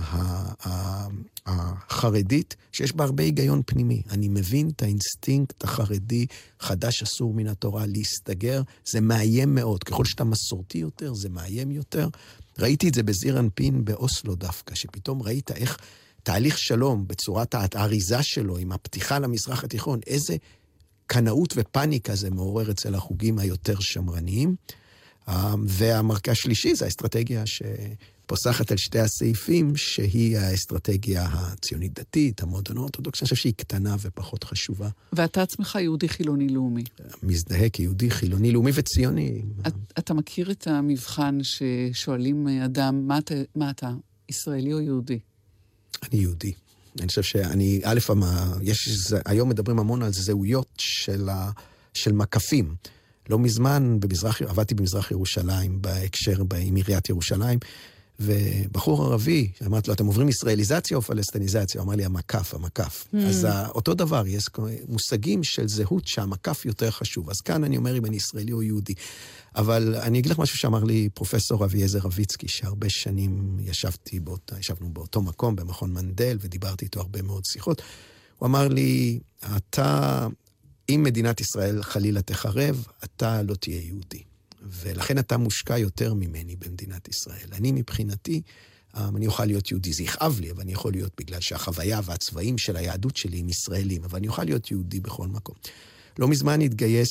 החרדית, שיש בה הרבה היגיון פנימי. אני מבין את האינסטינקט החרדי, חדש אסור מן התורה להסתגר, זה מאיים מאוד. ככל שאתה מסורתי יותר, זה מאיים יותר. ראיתי את זה בזיר אנפין באוסלו דווקא, שפתאום ראית איך תהליך שלום בצורת האריזה שלו, עם הפתיחה למזרח התיכון, איזה קנאות ופניקה זה מעורר אצל החוגים היותר שמרניים. והמרקע השלישי זה האסטרטגיה שפוסחת על שתי הסעיפים, שהיא האסטרטגיה הציונית דתית, המודרנית אורתודוקסית, אני חושב שהיא קטנה ופחות חשובה. ואתה עצמך יהודי חילוני לאומי. מזדהה כיהודי חילוני לאומי וציוני. אתה מכיר את המבחן ששואלים אדם, מה אתה, ישראלי או יהודי? אני יהודי. אני חושב שאני, היום מדברים המון על זהויות של מקפים. לא מזמן, עבדתי במזרח ירושלים, בהקשר עם עיריית ירושלים, ובחור ערבי, אמרתי לו, אתם עוברים ישראליזציה או פלסטיניזציה? הוא אמר לי, המקף. אז אותו דבר, יש מושגים של זהות שהמקף יותר חשוב. אז כאן אני אומר אם אני ישראלי או יהודי. אבל אני אגיד לך משהו שאמר לי פרופסור אביעזר רביצקי, שהרבה שנים ישבנו באותו מקום, במכון מנדל, ודיברתי איתו הרבה מאוד שיחות. הוא אמר לי, אם מדינת ישראל חלילה תחרב, אתה לא תהיה יהודי. ולכן אתה מושקע יותר ממני במדינת ישראל. אני מבחינתי, אני אוכל להיות יהודי, זה יכאב לי, אבל אני יכול להיות בגלל שהחוויה והצבעים של היהדות שלי הם ישראלים, אבל אני אוכל להיות יהודי בכל מקום. לא מזמן התגייס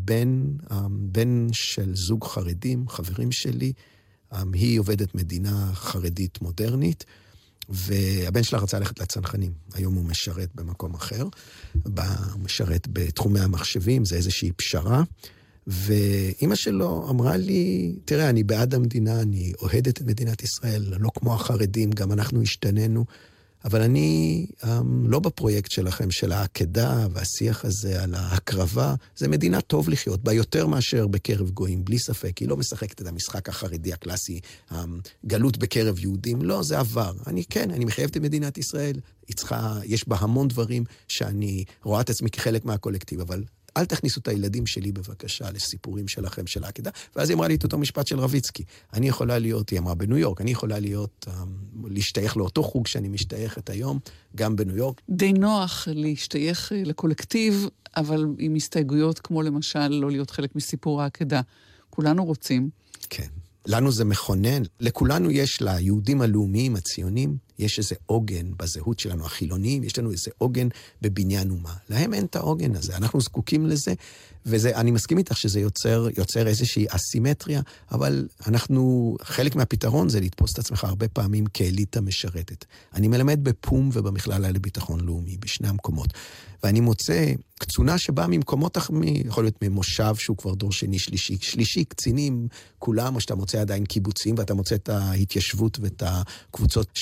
בן של זוג חרדים, חברים שלי, היא עובדת מדינה חרדית מודרנית, והבן שלה רצה ללכת לצנחנים. היום הוא משרת במקום אחר, הוא משרת בתחומי המחשבים, זה איזושהי פשרה, ואמא שלו אמרה לי, תראה, אני בעד המדינה, אני אוהדת את מדינת ישראל, לא כמו החרדים, גם אנחנו השתננו, אבל אני לא בפרויקט שלכם, של העקדה והשיח הזה על ההקרבה, זה מדינה טוב לחיות בה, יותר מאשר בקרב גויים, בלי ספק, היא לא משחקת את המשחק החרדי הקלאסי, גלות בקרב יהודים, לא, זה עבר. אני מחייבת את מדינת ישראל, יש בה המון דברים שאני רואה את עצמי כחלק מהקולקטיב, אבל אל תכניסו את הילדים שלי בבקשה לסיפורים שלכם של העקדה. ואז היא אמרה לי את אותו משפט של רביצקי. אני יכולה להיות, היא אמרה בניו יורק, אני יכולה להשתייך לאותו חוג שאני משתייכת היום, גם בניו יורק. די נוח להשתייך לקולקטיב, אבל עם הסתייגויות כמו למשל לא להיות חלק מסיפור העקדה. כולנו רוצים. כן. לנו זה מכונן. לכולנו יש, ליהודים הלאומיים, הציונים, יש איזה עוגן בזהות שלנו, החילוניים, יש לנו איזה עוגן בבניין אומה. להם אין את העוגן הזה, אנחנו זקוקים לזה, ואני מסכים איתך שזה יוצר איזושהי אסימטריה, אבל חלק מהפתרון זה לתפוס את עצמך הרבה פעמים כאליטה משרתת. אני מלמד בפום ובמכללה לביטחון לאומי, בשני המקומות, ואני מוצא קצונה שבאה ממקומות אחרים, יכול להיות ממושב שהוא כבר דור שני, שלישי, קצינים, כולם, או שאתה מוצא עדיין קיבוצים, ואתה מוצא את ההתיישבות ואת הקבוצות של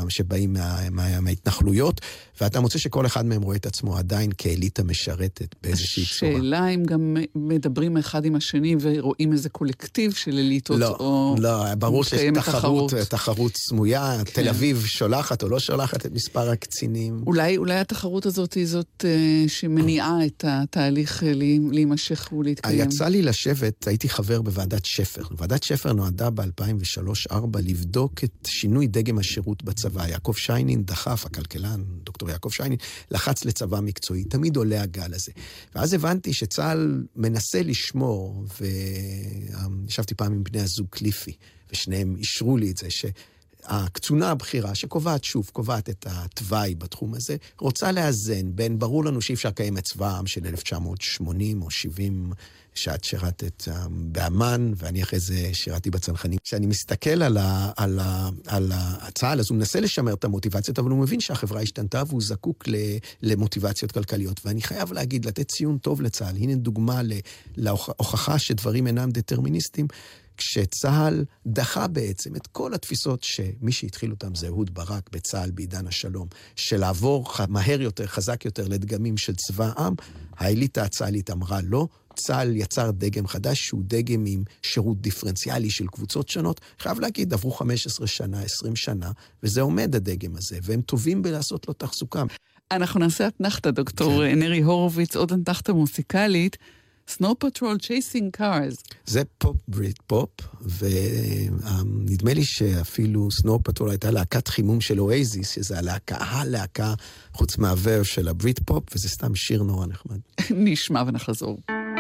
שבאים מההתנחלויות, ואתה מוצא שכל אחד מהם רואה את עצמו עדיין כאליטה משרתת באיזושהי צורה. השאלה אם גם מדברים אחד עם השני ורואים איזה קולקטיב של אליטות, לא, ברור שיש תחרות סמויה, תל אביב שולחת או לא שולחת את מספר הקצינים. אולי התחרות הזאת היא זאת שמניעה את התהליך להימשך ולהתקיים. יצא לי לשבת, הייתי חבר בוועדת שפר. ועדת שפר נועדה ב-2003-2004 לבדוק את שינוי דגם השירות בצבא. יעקב שיינין דחף, הכלכלן, דוקטור יעקב שיינין, לחץ לצבא מקצועי. תמיד עולה הגל הזה. ואז הבנתי שצה"ל מנסה לשמור, וישבתי פעם עם בני הזוג קליפי, ושניהם אישרו לי את זה, הקצונה הבחירה שקובעת את התוואי בתחום הזה, רוצה לאזן בין, ברור לנו שאי אפשר לקיים את צבא העם של 1980 או 70, שאת שירתת באמן, ואני אחרי זה שירתי בצנחנים. כשאני מסתכל על הצה"ל, אז הוא מנסה לשמר את המוטיבציות, אבל הוא מבין שהחברה השתנתה, והוא זקוק למוטיבציות כלכליות. ואני חייב להגיד, לתת ציון טוב לצה"ל. הנה דוגמה להוכחה שדברים אינם דטרמיניסטיים, כשצה"ל דחה בעצם את כל התפיסות שמי שהתחיל אותם זה אהוד ברק בצה"ל בעידן השלום, שלעבור מהר יותר, חזק יותר לדגמים של צבא העם, האליטה הצה"לית אמרה לא, צה"ל יצר דגם חדש שהוא דגם עם שירות דיפרנציאלי של קבוצות שונות. חייב להגיד, עברו 15 שנה, 20 שנה, וזה עומד הדגם הזה, והם טובים בלעשות לו תחזוקה. אנחנו נעשה אתנחתא, דוקטור נרי הורוביץ, עוד אתנחתא מוסיקלית, Snow Patrol Chasing Cars. זה פופ, ברית פופ, ונדמה לי שאפילו Snow Patrol הייתה להקת חימום של אואזיס, שזה הלהקה חוץ מהוור של הברית פופ, וזה סתם שיר נורא נחמד. נשמע ונחזור.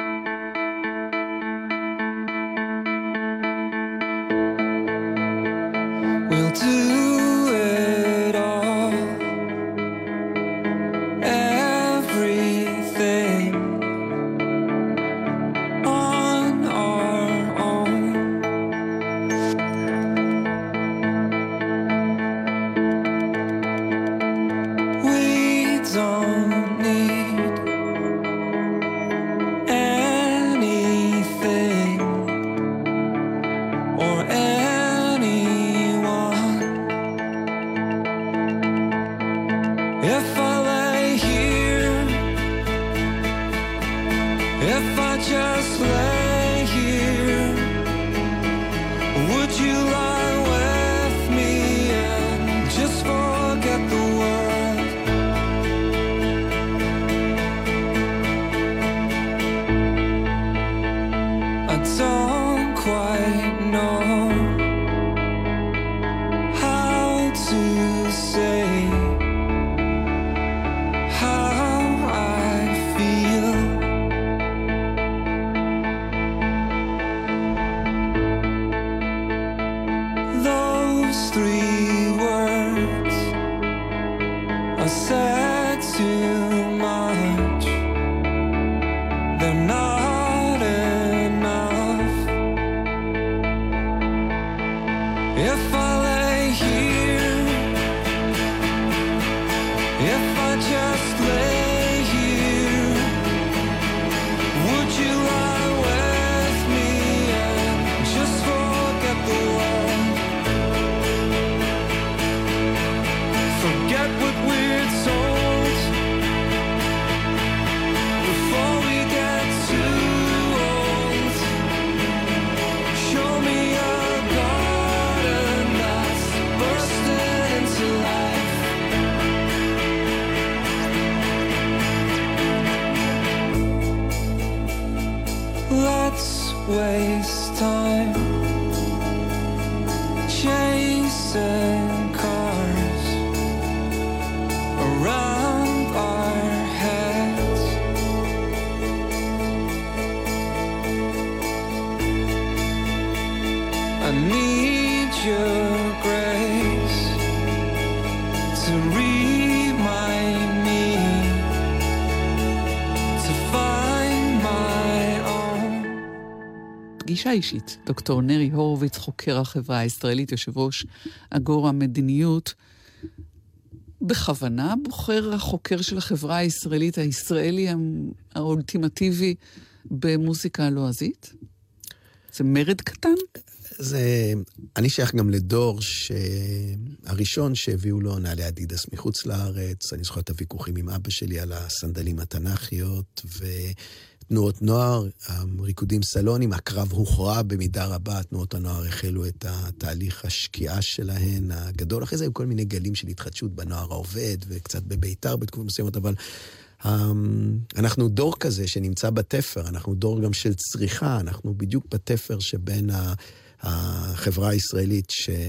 We'll do it all, everything on our own. We don't need anything or anyone. If I lay here, if I just lay here, would you lie with me and just forget the world? I don't quite know how to say how I feel. Those three words are said too much. They're not enough. If I lay here, if I just lay here, would you lie with me and just forget the world? Forget what we're told before we get too old. Show me a garden that's bursting into life. Let's waste time chasing cars around our heads. I need your grace to remind me to find my own. פגישה אישית, דוקטור נרי הורוביץ, חוקר החברה הישראלית, יושב ראש אגורה מדיניות. בכוונה בוחר החוקר של החברה הישראלית, הישראלי האולטימטיבי, במוזיקה הלועזית? זה מרד קטן? אני שייך גם לדור הראשון שהביאו לו נעלי אדידס מחוץ לארץ. אני זוכר את הוויכוחים עם אבא שלי על הסנדלים התנ"כיות, ותנועות נוער, ריקודים סלונים, הקרב הוכרע במידה רבה, תנועות הנוער החלו את התהליך השקיעה שלהן הגדול. אחרי זה היו כל מיני גלים של התחדשות בנוער העובד, וקצת בביתר בתקופות מסוימות, אבל אנחנו דור כזה שנמצא בתפר, אנחנו דור גם של צריכה, אנחנו בדיוק בתפר שבין החברה הישראלית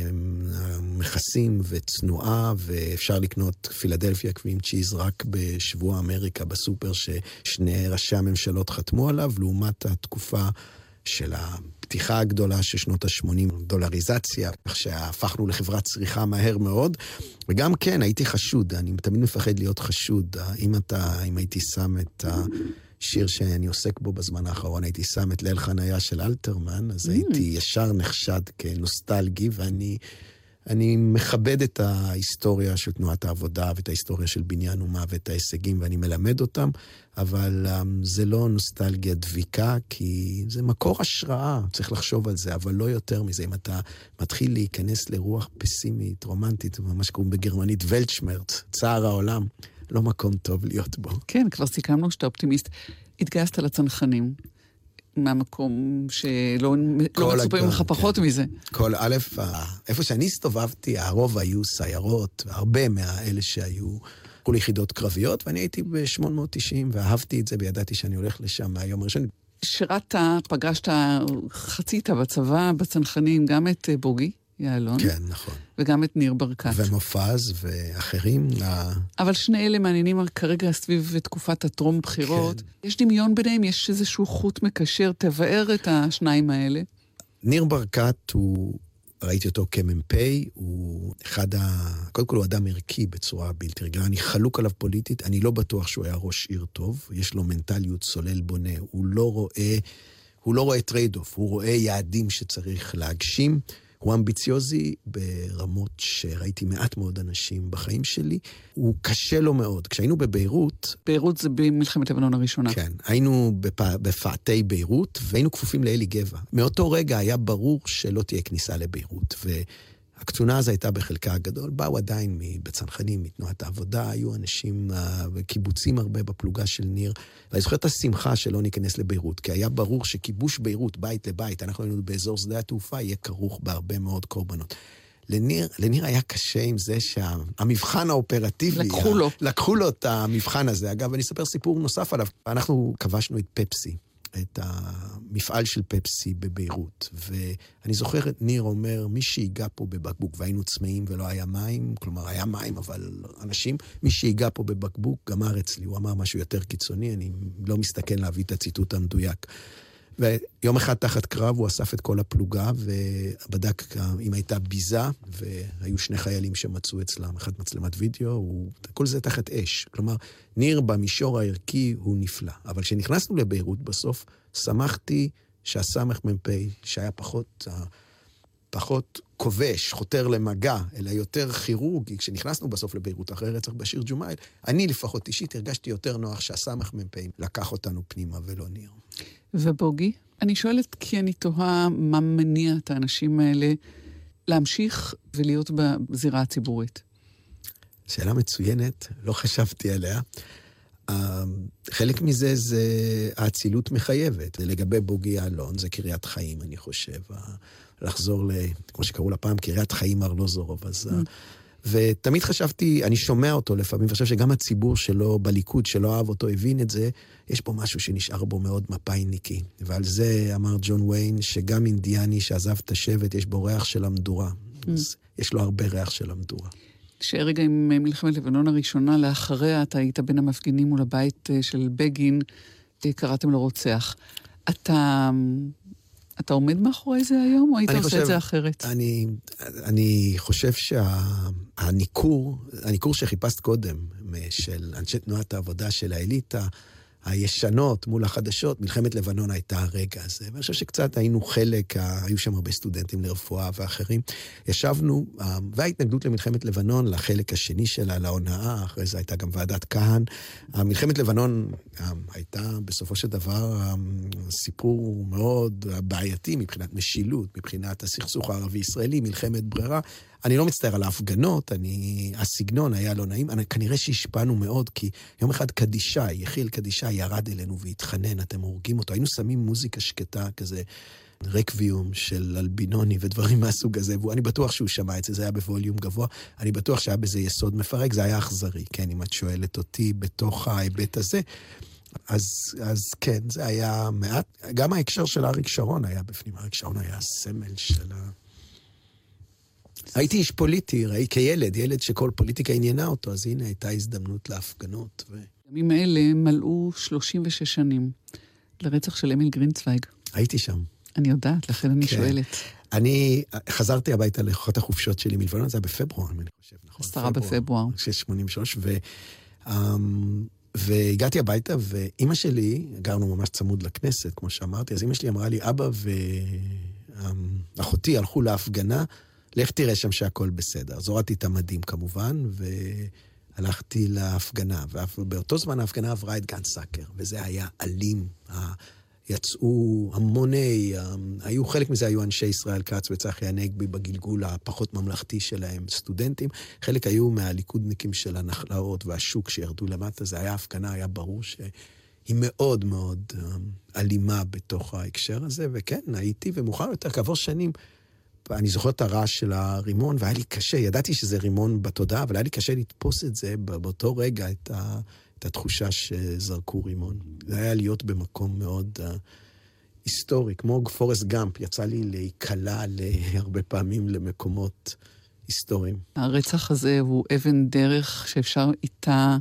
שמכסים וצנועה, ואפשר לקנות פילדלפיה קרים צ'יז רק בשבוע אמריקה בסופר ששני ראשי הממשלות חתמו עליו, לעומת התקופה של הפתיחה הגדולה של שנות ה-80, דולריזציה, כך שהפכנו לחברת צריכה מהר מאוד, וגם כן, הייתי חשוד, אני תמיד מפחד להיות חשוד, אם הייתי שם את השיר שאני עוסק בו בזמן האחרון, הייתי שם את ליל חניה של אלתרמן, אז הייתי ישר נחשד כנוסטלגי, ואני מכבד את ההיסטוריה של תנועת העבודה, ואת ההיסטוריה של בניין אומה, ואת ההישגים, ואני מלמד אותם, אבל זה לא נוסטלגיה דביקה, כי זה מקור השראה, צריך לחשוב על זה, אבל לא יותר מזה. אם אתה מתחיל להיכנס לרוח פסימית, רומנטית, ממש קוראים בגרמנית ולטשמרץ, צער העולם, לא מקום טוב להיות בו. כן, כבר סיכמנו שאתה אופטימיסט. התגייסת לצנחנים, מהמקום שלא מצופים לך פחות מזה. כל א', איפה שאני הסתובבתי, הרוב היו סיירות, הרבה מהאלה שהיו כל יחידות קרביות, ואני הייתי ב-890, ואהבתי את זה, וידעתי שאני הולך לשם מהיום הראשון. שירת, פגשת, חצית בצבא, בצנחנים, גם את בוגי יעלון. כן, נכון. וגם את ניר ברקת. ומופז ואחרים. אבל שני אלה מעניינים כרגע סביב תקופת הטרום בחירות. כן. יש דמיון ביניהם, יש איזשהו חוט מקשר, תבאר את השניים האלה. ניר ברקת הוא, ראיתי אותו כמ"פ, הוא קודם כל הוא אדם ערכי בצורה בלתי רגילה, אני חלוק עליו פוליטית, אני לא בטוח שהוא היה ראש עיר טוב, יש לו מנטליות סולל בונה, הוא לא רואה טרייד-אוף, הוא רואה יעדים שצריך להגשים, הוא אמביציוזי ברמות שראיתי מעט מאוד אנשים בחיים שלי, הוא קשה לו מאוד. כשהיינו בביירות... ביירות זה במלחמת לבנון הראשונה. כן, היינו בפאתי ביירות, והיינו כפופים לאלי גבע. מאותו רגע היה ברור שלא תהיה כניסה לביירות, והקצונה הזו הייתה בחלקה הגדול, באו עדיין בצנחנים, מתנועת העבודה, היו אנשים וקיבוצים הרבה בפלוגה של ניר, ואני זוכר את השמחה שלא ניכנס לביירות, כי היה ברור שכיבוש ביירות, בית לבית, אנחנו היינו באזור שדה התעופה, יהיה כרוך בהרבה מאוד קורבנות. לניר היה קשה עם זה שהמבחן האופרטיבי... לקחו לו את המבחן הזה. אגב, אני אספר סיפור נוסף עליו. אנחנו כבשנו את פפסי, את המפעל של פפסי בביירות, ואני זוכר את ניר אומר, מי שהיגע פה בבקבוק, והיינו צמאים ולא היה מים, כלומר היה מים, אבל אנשים, מי שהיגע פה בבקבוק, גמר אצלי, הוא אמר משהו יותר קיצוני, אני לא מסתכן להביא את הציטוט המדויק. ויום אחד תחת קרב הוא אסף את כל הפלוגה, ובדק אם הייתה ביזה, והיו שני חיילים שמצאו אצלם, אחד מצלמת וידאו, כל זה תחת אש. כלומר, ניר במישור הערכי הוא נפלא. אבל כשנכנסנו לביירות בסוף, שמחתי שהסמך מ"פ, שהיה פחות כובש, חותר למגע, אלא יותר כירורגי, כשנכנסנו בסוף לביירות אחרי רצח בשיר ג'ומייל, אני לפחות אישית הרגשתי יותר נוח שהסמך מ"פ לקח אותנו פנימה ולא ניר. ובוגי, אני שואלת כי אני תוהה מה מניע את האנשים האלה להמשיך ולהיות בזירה הציבורית. שאלה מצוינת, לא חשבתי עליה. חלק מזה זה האצילות מחייבת. לגבי בוגי יעלון, זה קריית חיים, אני חושב. לחזור כמו שקראו לה פעם, קריית חיים ארלוזורוב. אז... ותמיד חשבתי, אני שומע אותו לפעמים, וחושב שגם הציבור שלו בליכוד, שלא אהב אותו, הבין את זה, יש פה משהו שנשאר בו מאוד מפאיניקי. ועל זה אמר ג'ון ויין, שגם אינדיאני שעזב את השבט, יש בו ריח של המדורה. אז יש לו הרבה ריח של המדורה. כשרגע עם מלחמת לבנון הראשונה, לאחריה אתה היית בין המפגינים מול הבית של בגין, קראתם לו רוצח. אתה עומד מאחורי זה היום, או היית עושה את זה אחרת? אני חושב שהניכור שחיפשת קודם, של אנשי תנועת העבודה של האליטה, הישנות מול החדשות, מלחמת לבנון הייתה הרגע הזה. ואני חושב שקצת היינו חלק, היו שם הרבה סטודנטים לרפואה ואחרים. ישבנו, וההתנגדות למלחמת לבנון, לחלק השני שלה, להונאה, אחרי זה הייתה גם ועדת כהן. מלחמת לבנון הייתה בסופו של דבר סיפור מאוד בעייתי מבחינת משילות, מבחינת הסכסוך הערבי-ישראלי, מלחמת ברירה. אני לא מצטער על ההפגנות, הסגנון היה לא נעים, כנראה שהשפענו מאוד, כי יום אחד קדישי, יחיל קדישי ירד אלינו והתחנן, אתם הורגים אותו, היינו שמים מוזיקה שקטה כזה, רקביום של אלבינוני ודברים מהסוג הזה, ואני בטוח שהוא שמע את זה, זה היה בווליום גבוה, אני בטוח שהיה בזה יסוד מפרק, זה היה אכזרי, כן, אם את שואלת אותי בתוך ההיבט הזה, אז כן, זה היה מעט, גם ההקשר של אריק שרון היה בפנים, אריק שרון היה הסמל של הייתי איש פוליטי, ראי כילד, ילד שכל פוליטיקה עניינה אותו, אז הנה הייתה הזדמנות להפגנות. ימים האלה מלאו 36 שנים לרצח של אמיל גרינצוויג. הייתי שם. אני יודעת, לכן אני שואלת. אני חזרתי הביתה לאחת החופשות שלי מלבנון, זה היה בפברואר, אני חושב, נכון? 10 בפברואר. 83, והגעתי הביתה, ואמא שלי, גרנו ממש צמוד לכנסת, כמו שאמרתי, אז אמא שלי אמרה לי, אבא ואחותי הלכו להפגנה, לך תראה שם שהכל בסדר. זורתי את המדים כמובן, והלכתי להפגנה. ובאותו זמן ההפגנה עברה את גן סאקר, וזה היה אלים. יצאו המוני, היו חלק מזה היו אנשי ישראל כץ וצחי הנגבי בגלגול הפחות ממלכתי שלהם, סטודנטים. חלק היו מהליכודניקים של הנחלאות והשוק שירדו למטה. זה היה הפגנה, היה ברור שהיא מאוד מאוד אלימה בתוך ההקשר הזה. וכן, הייתי ומאוחר יותר כעבור שנים, אני זוכר את הרעש של הרימון, והיה לי קשה, ידעתי שזה רימון בתודעה, אבל היה לי קשה לתפוס את זה באותו רגע, את התחושה שזרקו רימון. זה היה להיות במקום מאוד היסטורי, כמו פורסט גאמפ, יצא לי להיקלע הרבה פעמים למקומות היסטוריים. הרצח הזה הוא אבן דרך שאפשר איתה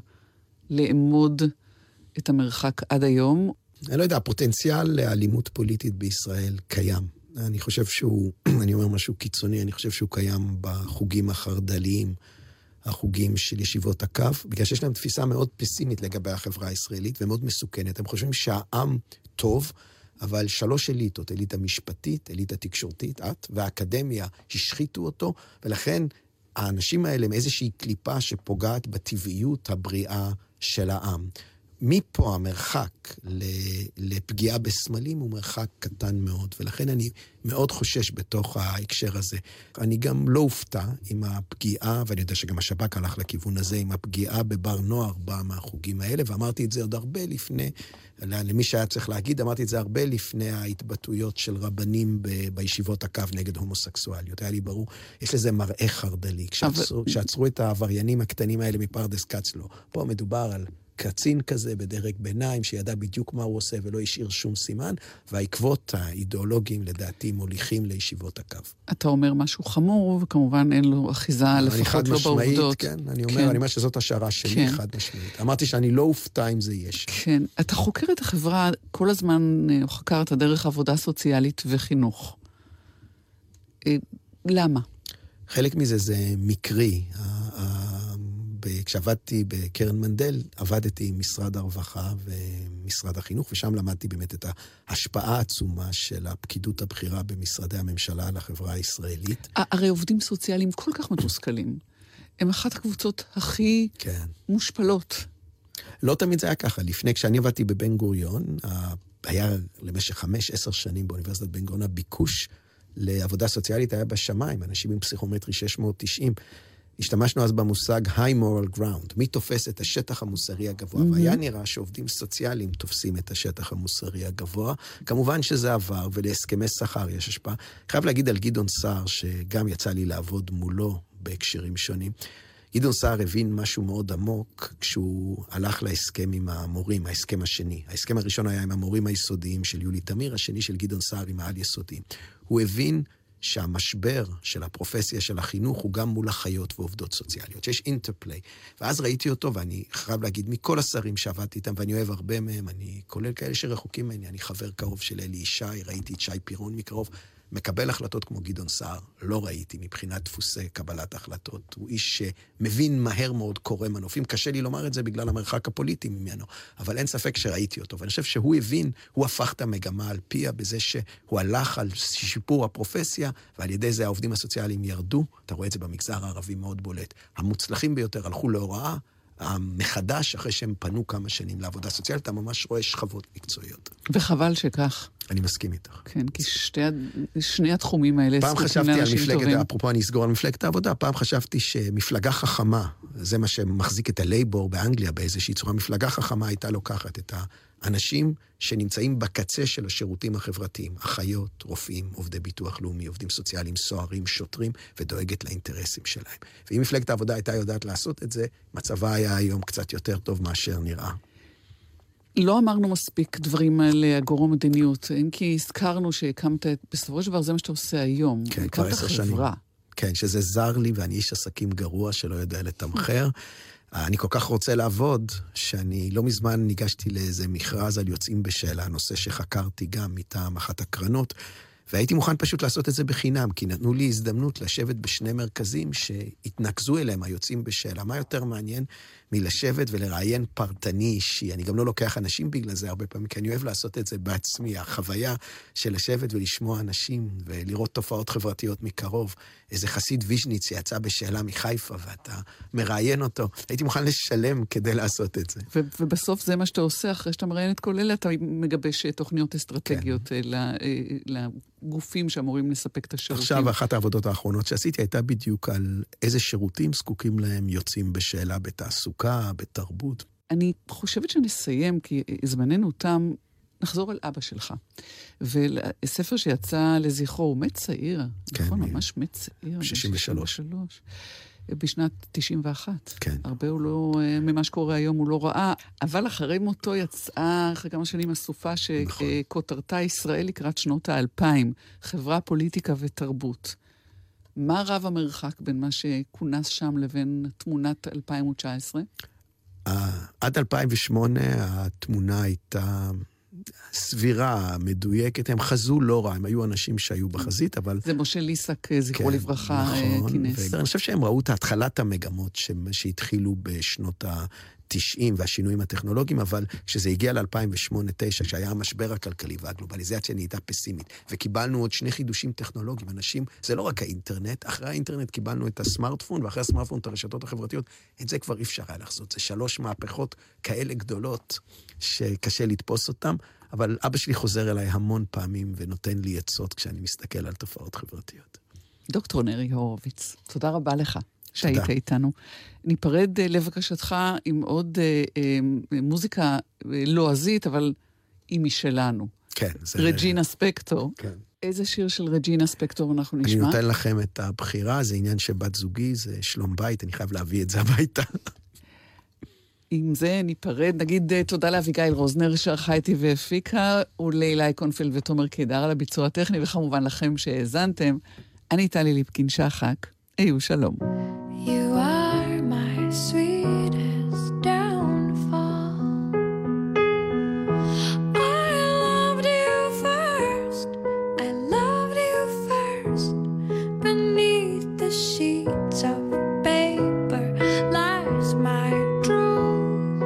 לאמוד את המרחק עד היום. אני לא יודע, הפוטנציאל לאלימות פוליטית בישראל קיים. אני חושב שהוא, אני אומר משהו קיצוני, אני חושב שהוא קיים בחוגים החרדליים, החוגים של ישיבות הקו, בגלל שיש להם תפיסה מאוד פסימית לגבי החברה הישראלית, ומאוד מסוכנת. הם חושבים שהעם טוב, אבל 3 אליטות, אליטה משפטית, אליטה תקשורתית, את והאקדמיה השחיתו אותו, ולכן האנשים האלה הם איזושהי קליפה שפוגעת בטבעיות הבריאה של העם. מפה המרחק לפגיעה בסמלים הוא מרחק קטן מאוד, ולכן אני מאוד חושש בתוך ההקשר הזה. אני גם לא הופתע עם הפגיעה, ואני יודע שגם השב"כ הלך לכיוון הזה, עם הפגיעה בבר נוער בא מהחוגים האלה, ואמרתי את זה עוד הרבה לפני, למי שהיה צריך להגיד, אמרתי את זה הרבה לפני ההתבטאויות של רבנים בישיבות הקו נגד הומוסקסואליות. היה לי ברור, יש לזה מראה חרדלי. כשעצרו את העבריינים הקטנים האלה מפרדס קצלו, פה מדובר על קצין כזה בדרג ביניים, שידע בדיוק מה הוא עושה ולא השאיר שום סימן, והעקבות האידיאולוגיים לדעתי מוליכים לישיבות הקו. אתה אומר משהו חמור, וכמובן אין לו אחיזה, לפחות לא בעובדות. כן, אני אומר שזאת השערה שלי, חד משמעית. אמרתי שאני לא אופתע אם זה יש. כן, אתה חוקר את החברה, כל הזמן חקרת דרך עבודה סוציאלית וחינוך. למה? חלק מזה זה מקרי. כשעבדתי בקרן מנדל, עבדתי עם משרד הרווחה ומשרד החינוך, ושם למדתי באמת את ההשפעה העצומה של הפקידות הבכירה במשרדי הממשלה על החברה הישראלית. הרי עובדים סוציאליים כל כך מתוסכלים. הם אחת הקבוצות הכי מושפלות. לא תמיד זה היה ככה. לפני, כשאני עבדתי בבן גוריון, היה למשך 5-10 שנים באוניברסיטת בן גוריון, הביקוש לעבודה סוציאלית היה בשמיים, אנשים עם פסיכומטרי 690, השתמשנו אז במושג high moral ground, מי תופס את השטח המוסרי הגבוה, והיה נראה שעובדים סוציאליים תופסים את השטח המוסרי הגבוה, כמובן שזה עבר, ולהסכמי שכר יש השפעה. חייב להגיד על גדעון סער, שגם יצא לי לעבוד מולו בהקשרים שונים. גדעון סער הבין משהו מאוד עמוק, כשהוא הלך להסכם עם המורים, ההסכם השני. ההסכם הראשון היה עם המורים היסודיים של יולי תמיר, השני של גדעון סער עם העל יסודיים. הוא הבין שהמשבר של הפרופסיה של החינוך הוא גם מול אחיות ועובדות סוציאליות, שיש אינטרפליי. ואז ראיתי אותו, ואני חייב להגיד, מכל השרים שעבדתי איתם, ואני אוהב הרבה מהם, אני כולל כאלה שרחוקים ממני, אני חבר קרוב של אלי ישי, ראיתי את שי פירון מקרוב, מקבל החלטות כמו גדעון סער, לא ראיתי מבחינת דפוסי קבלת החלטות. הוא איש שמבין מהר מאוד קורא מנופים. קשה לי לומר את זה בגלל המרחק הפוליטי ממנו, אבל אין ספק שראיתי אותו. ואני חושב שהוא הבין, הוא הפך את המגמה על פיה בזה שהוא הלך על שיפור הפרופסיה, ועל ידי זה העובדים הסוציאליים ירדו. אתה רואה את זה במגזר הערבי מאוד בולט. המוצלחים ביותר הלכו להוראה, מחדש, אחרי שהם פנו כמה שנים לעבודה סוציאלית, אתה ממש רואה שכבות מקצועיות. וחבל שכך. אני מסכים איתך. כן, כי שני התחומים האלה פעם חשבתי על מפלגת, אפרופו אני אסגור על מפלגת העבודה, פעם חשבתי שמפלגה חכמה, זה מה שמחזיק את הלייבור באנגליה באיזושהי צורה, מפלגה חכמה הייתה לוקחת את האנשים שנמצאים בקצה של השירותים החברתיים, אחיות, רופאים, עובדי ביטוח לאומי, עובדים סוציאליים, סוהרים, שוטרים, ודואגת לאינטרסים שלהם. ואם מפלגת העבודה הייתה יודעת לעשות את זה, מצבה היה היום קצת יותר טוב מאשר נראה. לא אמרנו מספיק דברים על הגורם מדיניות, אם כי הזכרנו שהקמת, בסופו של דבר זה מה שאתה עושה היום. כן, כבר 10 שנים. כן, שזה זר לי ואני איש עסקים גרוע שלא יודע לתמחר. אני כל כך רוצה לעבוד, שאני לא מזמן ניגשתי לאיזה מכרז על יוצאים בשאלה, נושא שחקרתי גם מטעם אחת הקרנות, והייתי מוכן פשוט לעשות את זה בחינם, כי נתנו לי הזדמנות לשבת בשני מרכזים שהתנקזו אליהם היוצאים בשאלה. מה יותר מעניין מלשבת ולראיין פרטני אישי? אני גם לא לוקח אנשים בגלל זה הרבה פעמים, כי אני אוהב לעשות את זה בעצמי. החוויה של לשבת ולשמוע אנשים ולראות תופעות חברתיות מקרוב. איזה חסיד ויז'ניץ יצא בשאלה מחיפה ואתה מראיין אותו. הייתי מוכן לשלם כדי לעשות את זה. ובסוף זה מה שאתה עושה, אחרי שאתה מראיין את כל אלה, אתה מגבש תוכניות אסטרטגיות לגופים שאמורים לספק את השירותים. עכשיו, אחת העבודות האחרונות שעשיתי הייתה בדיוק על איזה שירותים זקוקים להם יוצאים בשאלה בתעסוקה, בתרבות. אני חושבת שנסיים, כי זמננו תם, נחזור על אבא שלך. וספר שיצא לזכרו, הוא מת צעיר, כן, נכון? ממש מת צעיר. 63. בשנת 91. כן. הרבה הוא לא, ממה שקורה היום הוא לא ראה, אבל אחרי מותו יצאה, אחרי כמה שנים הסופה שכותרתה ישראל לקראת שנות ה-2000, חברה, פוליטיקה ותרבות. מה רב המרחק בין מה שכונס שם לבין תמונת 2019? עד 2008 התמונה הייתה סבירה, מדויקת, הם חזו לא רע, הם היו אנשים שהיו בחזית, אבל... זה משה ליסק, זכרו לברכה, כינס. אני חושב שהם ראו את התחלת המגמות שהתחילו בשנות ה-90 והשינויים הטכנולוגיים, אבל כשזה הגיע ל-2008-2009, כשהיה המשבר הכלכלי והגלובליזציה נהייתה פסימית, וקיבלנו עוד 2 חידושים טכנולוגיים, אנשים, זה לא רק האינטרנט, אחרי האינטרנט קיבלנו את הסמארטפון, ואחרי הסמארטפון את הרשתות החברתיות, את זה כבר אי אפשר היה לחזות, זה 3 מהפכות כאלה גדולות, שקשה לתפוס אותם, אבל אבא שלי חוזר אליי המון פעמים, ונותן לי עצות כשאני מסתכל על תופעות חברתיות. דוקטור נרי הורוביץ, תודה רבה לך. שהיית איתנו. ניפרד לבקשתך עם עוד מוזיקה לועזית, אבל היא משלנו. כן. רג'ינה ספקטור. כן. איזה שיר של רג'ינה ספקטור אנחנו נשמע? אני נותן לכם את הבחירה, זה עניין שבת זוגי, זה שלום בית, אני חייב להביא את זה הביתה. עם זה ניפרד, נגיד תודה לאביגיל רוזנר שערכה איתי והפיקה, ולילי קונפלד ותומר קידר על הביצוע הטכני, וכמובן לכם שהאזנתם. אני טלי ליפקין שחק. היו שלום. You are my sweetest downfall. I loved you first. I loved you first. Beneath the sheets of paper lies my truth.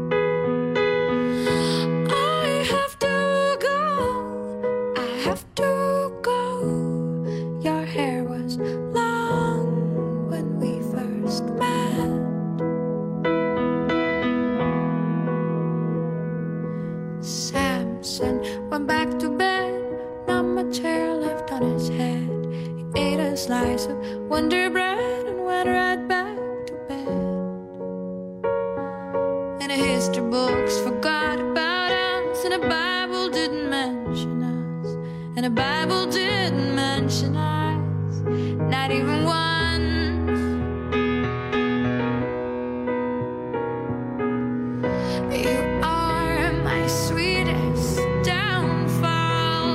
I have to go. I have to go. Your hair was long when we first met. Samson went back to bed, not much hair left on his head. He ate a slice of Wonder Bread and went right back to bed. And the history books forgot about us, and the Bible didn't mention us, and the Bible didn't mention us, not even once. You are my sweetest downfall.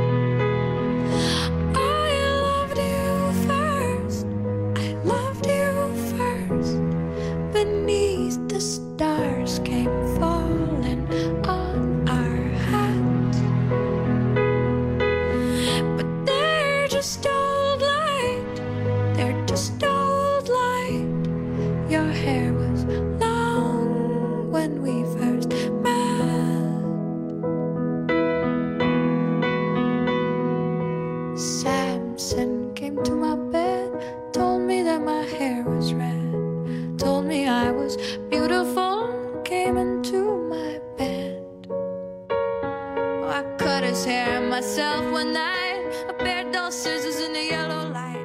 I loved you first. I loved you first. Beneath the stars came falling on our hats. But just old light. Your hair was long when we first met. Samson came to my bed, told me that my hair was red, told me I was beautiful, came into my bed. Oh, I cut his hair myself one night, a pair of dull scissors in the yellow light.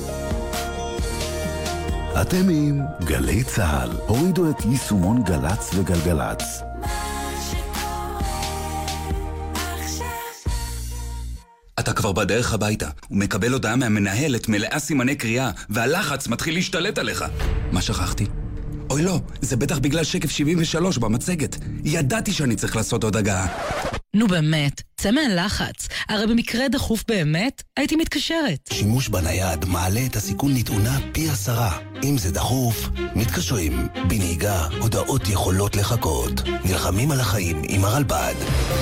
אתם עם גלי צהל. הורידו את יישומון גלץ וגלגלץ. אתה כבר בדרך הביתה, ומקבל הודעה מהמנהלת מלאה סימני קריאה, והלחץ מתחיל להשתלט עליך. מה שכחתי? אוי לא, זה בטח בגלל שקף 73 במצגת. ידעתי שאני צריך לעשות עוד הגעה. נו באמת, צא מהלחץ. הרי במקרה דחוף באמת, הייתי מתקשרת. שימוש בנייד מעלה את הסיכון לתאונה פי 10. אם זה דחוף, מתקשרים. בנהיגה, הודעות יכולות לחכות. נלחמים על החיים עם הרלב"ד.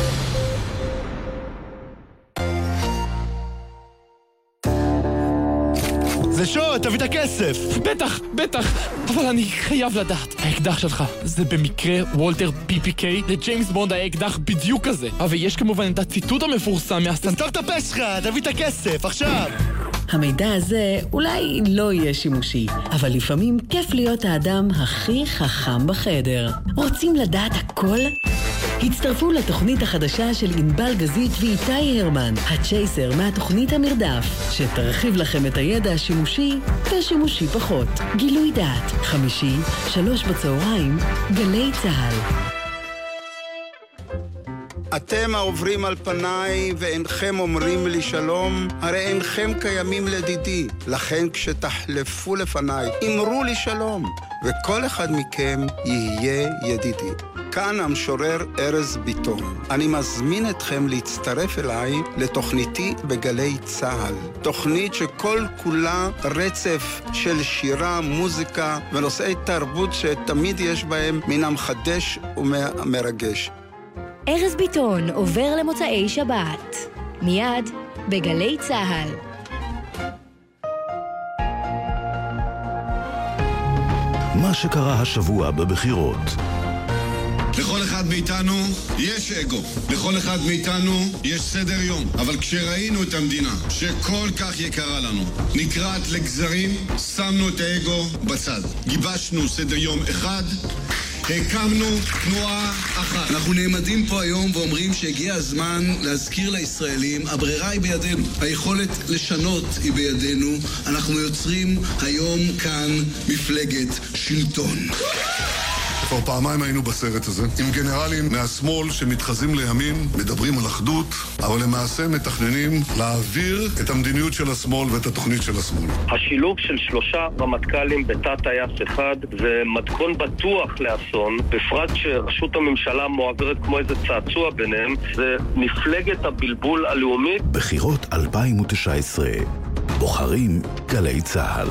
זה שור, תביא את הכסף! בטח, אבל אני חייב לדעת. האקדח שלך, זה במקרה וולטר PPK? לג'יימס בונד היה אקדח בדיוק כזה. אבל יש כמובן את הציטוט המפורסם תסתום את הפה שלך, תביא את הכסף, עכשיו! המידע הזה אולי לא יהיה שימושי, אבל לפעמים כיף להיות האדם הכי חכם בחדר. רוצים לדעת הכל? הצטרפו לתוכנית החדשה של ענבל גזית ואיתי הרמן, הצ'ייסר מהתוכנית המרדף, שתרחיב לכם את הידע השימושי והשימושי פחות. גילוי דעת, 5:00, 15:00, גלי צהל. אתם העוברים על פניי ואינכם אומרים לי שלום, הרי אינכם קיימים לדידי. לכן כשתחלפו לפניי, אמרו לי שלום, וכל אחד מכם יהיה ידידי. כאן המשורר ארז ביטון. אני מזמין אתכם להצטרף אליי לתוכניתי בגלי צהל. תוכנית שכל כולה רצף של שירה, מוזיקה ונושאי תרבות שתמיד יש בהם מן המחדש ומרגש. ארז ביטון עובר למוצאי שבת. מיד בגלי צהל. מה שקרה השבוע בבחירות. לכל אחד מאיתנו יש אגו, לכל אחד מאיתנו יש סדר יום, אבל כשראינו את המדינה שכל כך יקרה לנו נקרעת לגזרים, שמנו את האגו בצד, גיבשנו סדר יום אחד, הקמנו תנועה אחת. אנחנו נעמדים פה היום ואומרים שהגיע הזמן להזכיר לישראלים, הברירה היא בידינו, היכולת לשנות היא בידינו. אנחנו יוצרים היום כאן מפלגת שלטון. כבר פעמיים היינו בסרט הזה, עם גנרלים מהשמאל שמתחזים לימין, מדברים על אחדות, אבל למעשה מתכננים להעביר את המדיניות של השמאל ואת התוכנית של השמאל. השילוב של 3 רמטכ"לים בתת טייס אחד זה מתכון בטוח לאסון, בפרט שרשות הממשלה מועברת כמו איזה צעצוע ביניהם, זה מפלגת הבלבול הלאומית. בחירות 2019, בוחרים גלי צהל.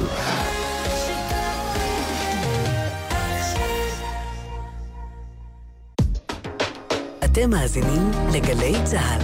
אתם מאזינים לגלי צהל.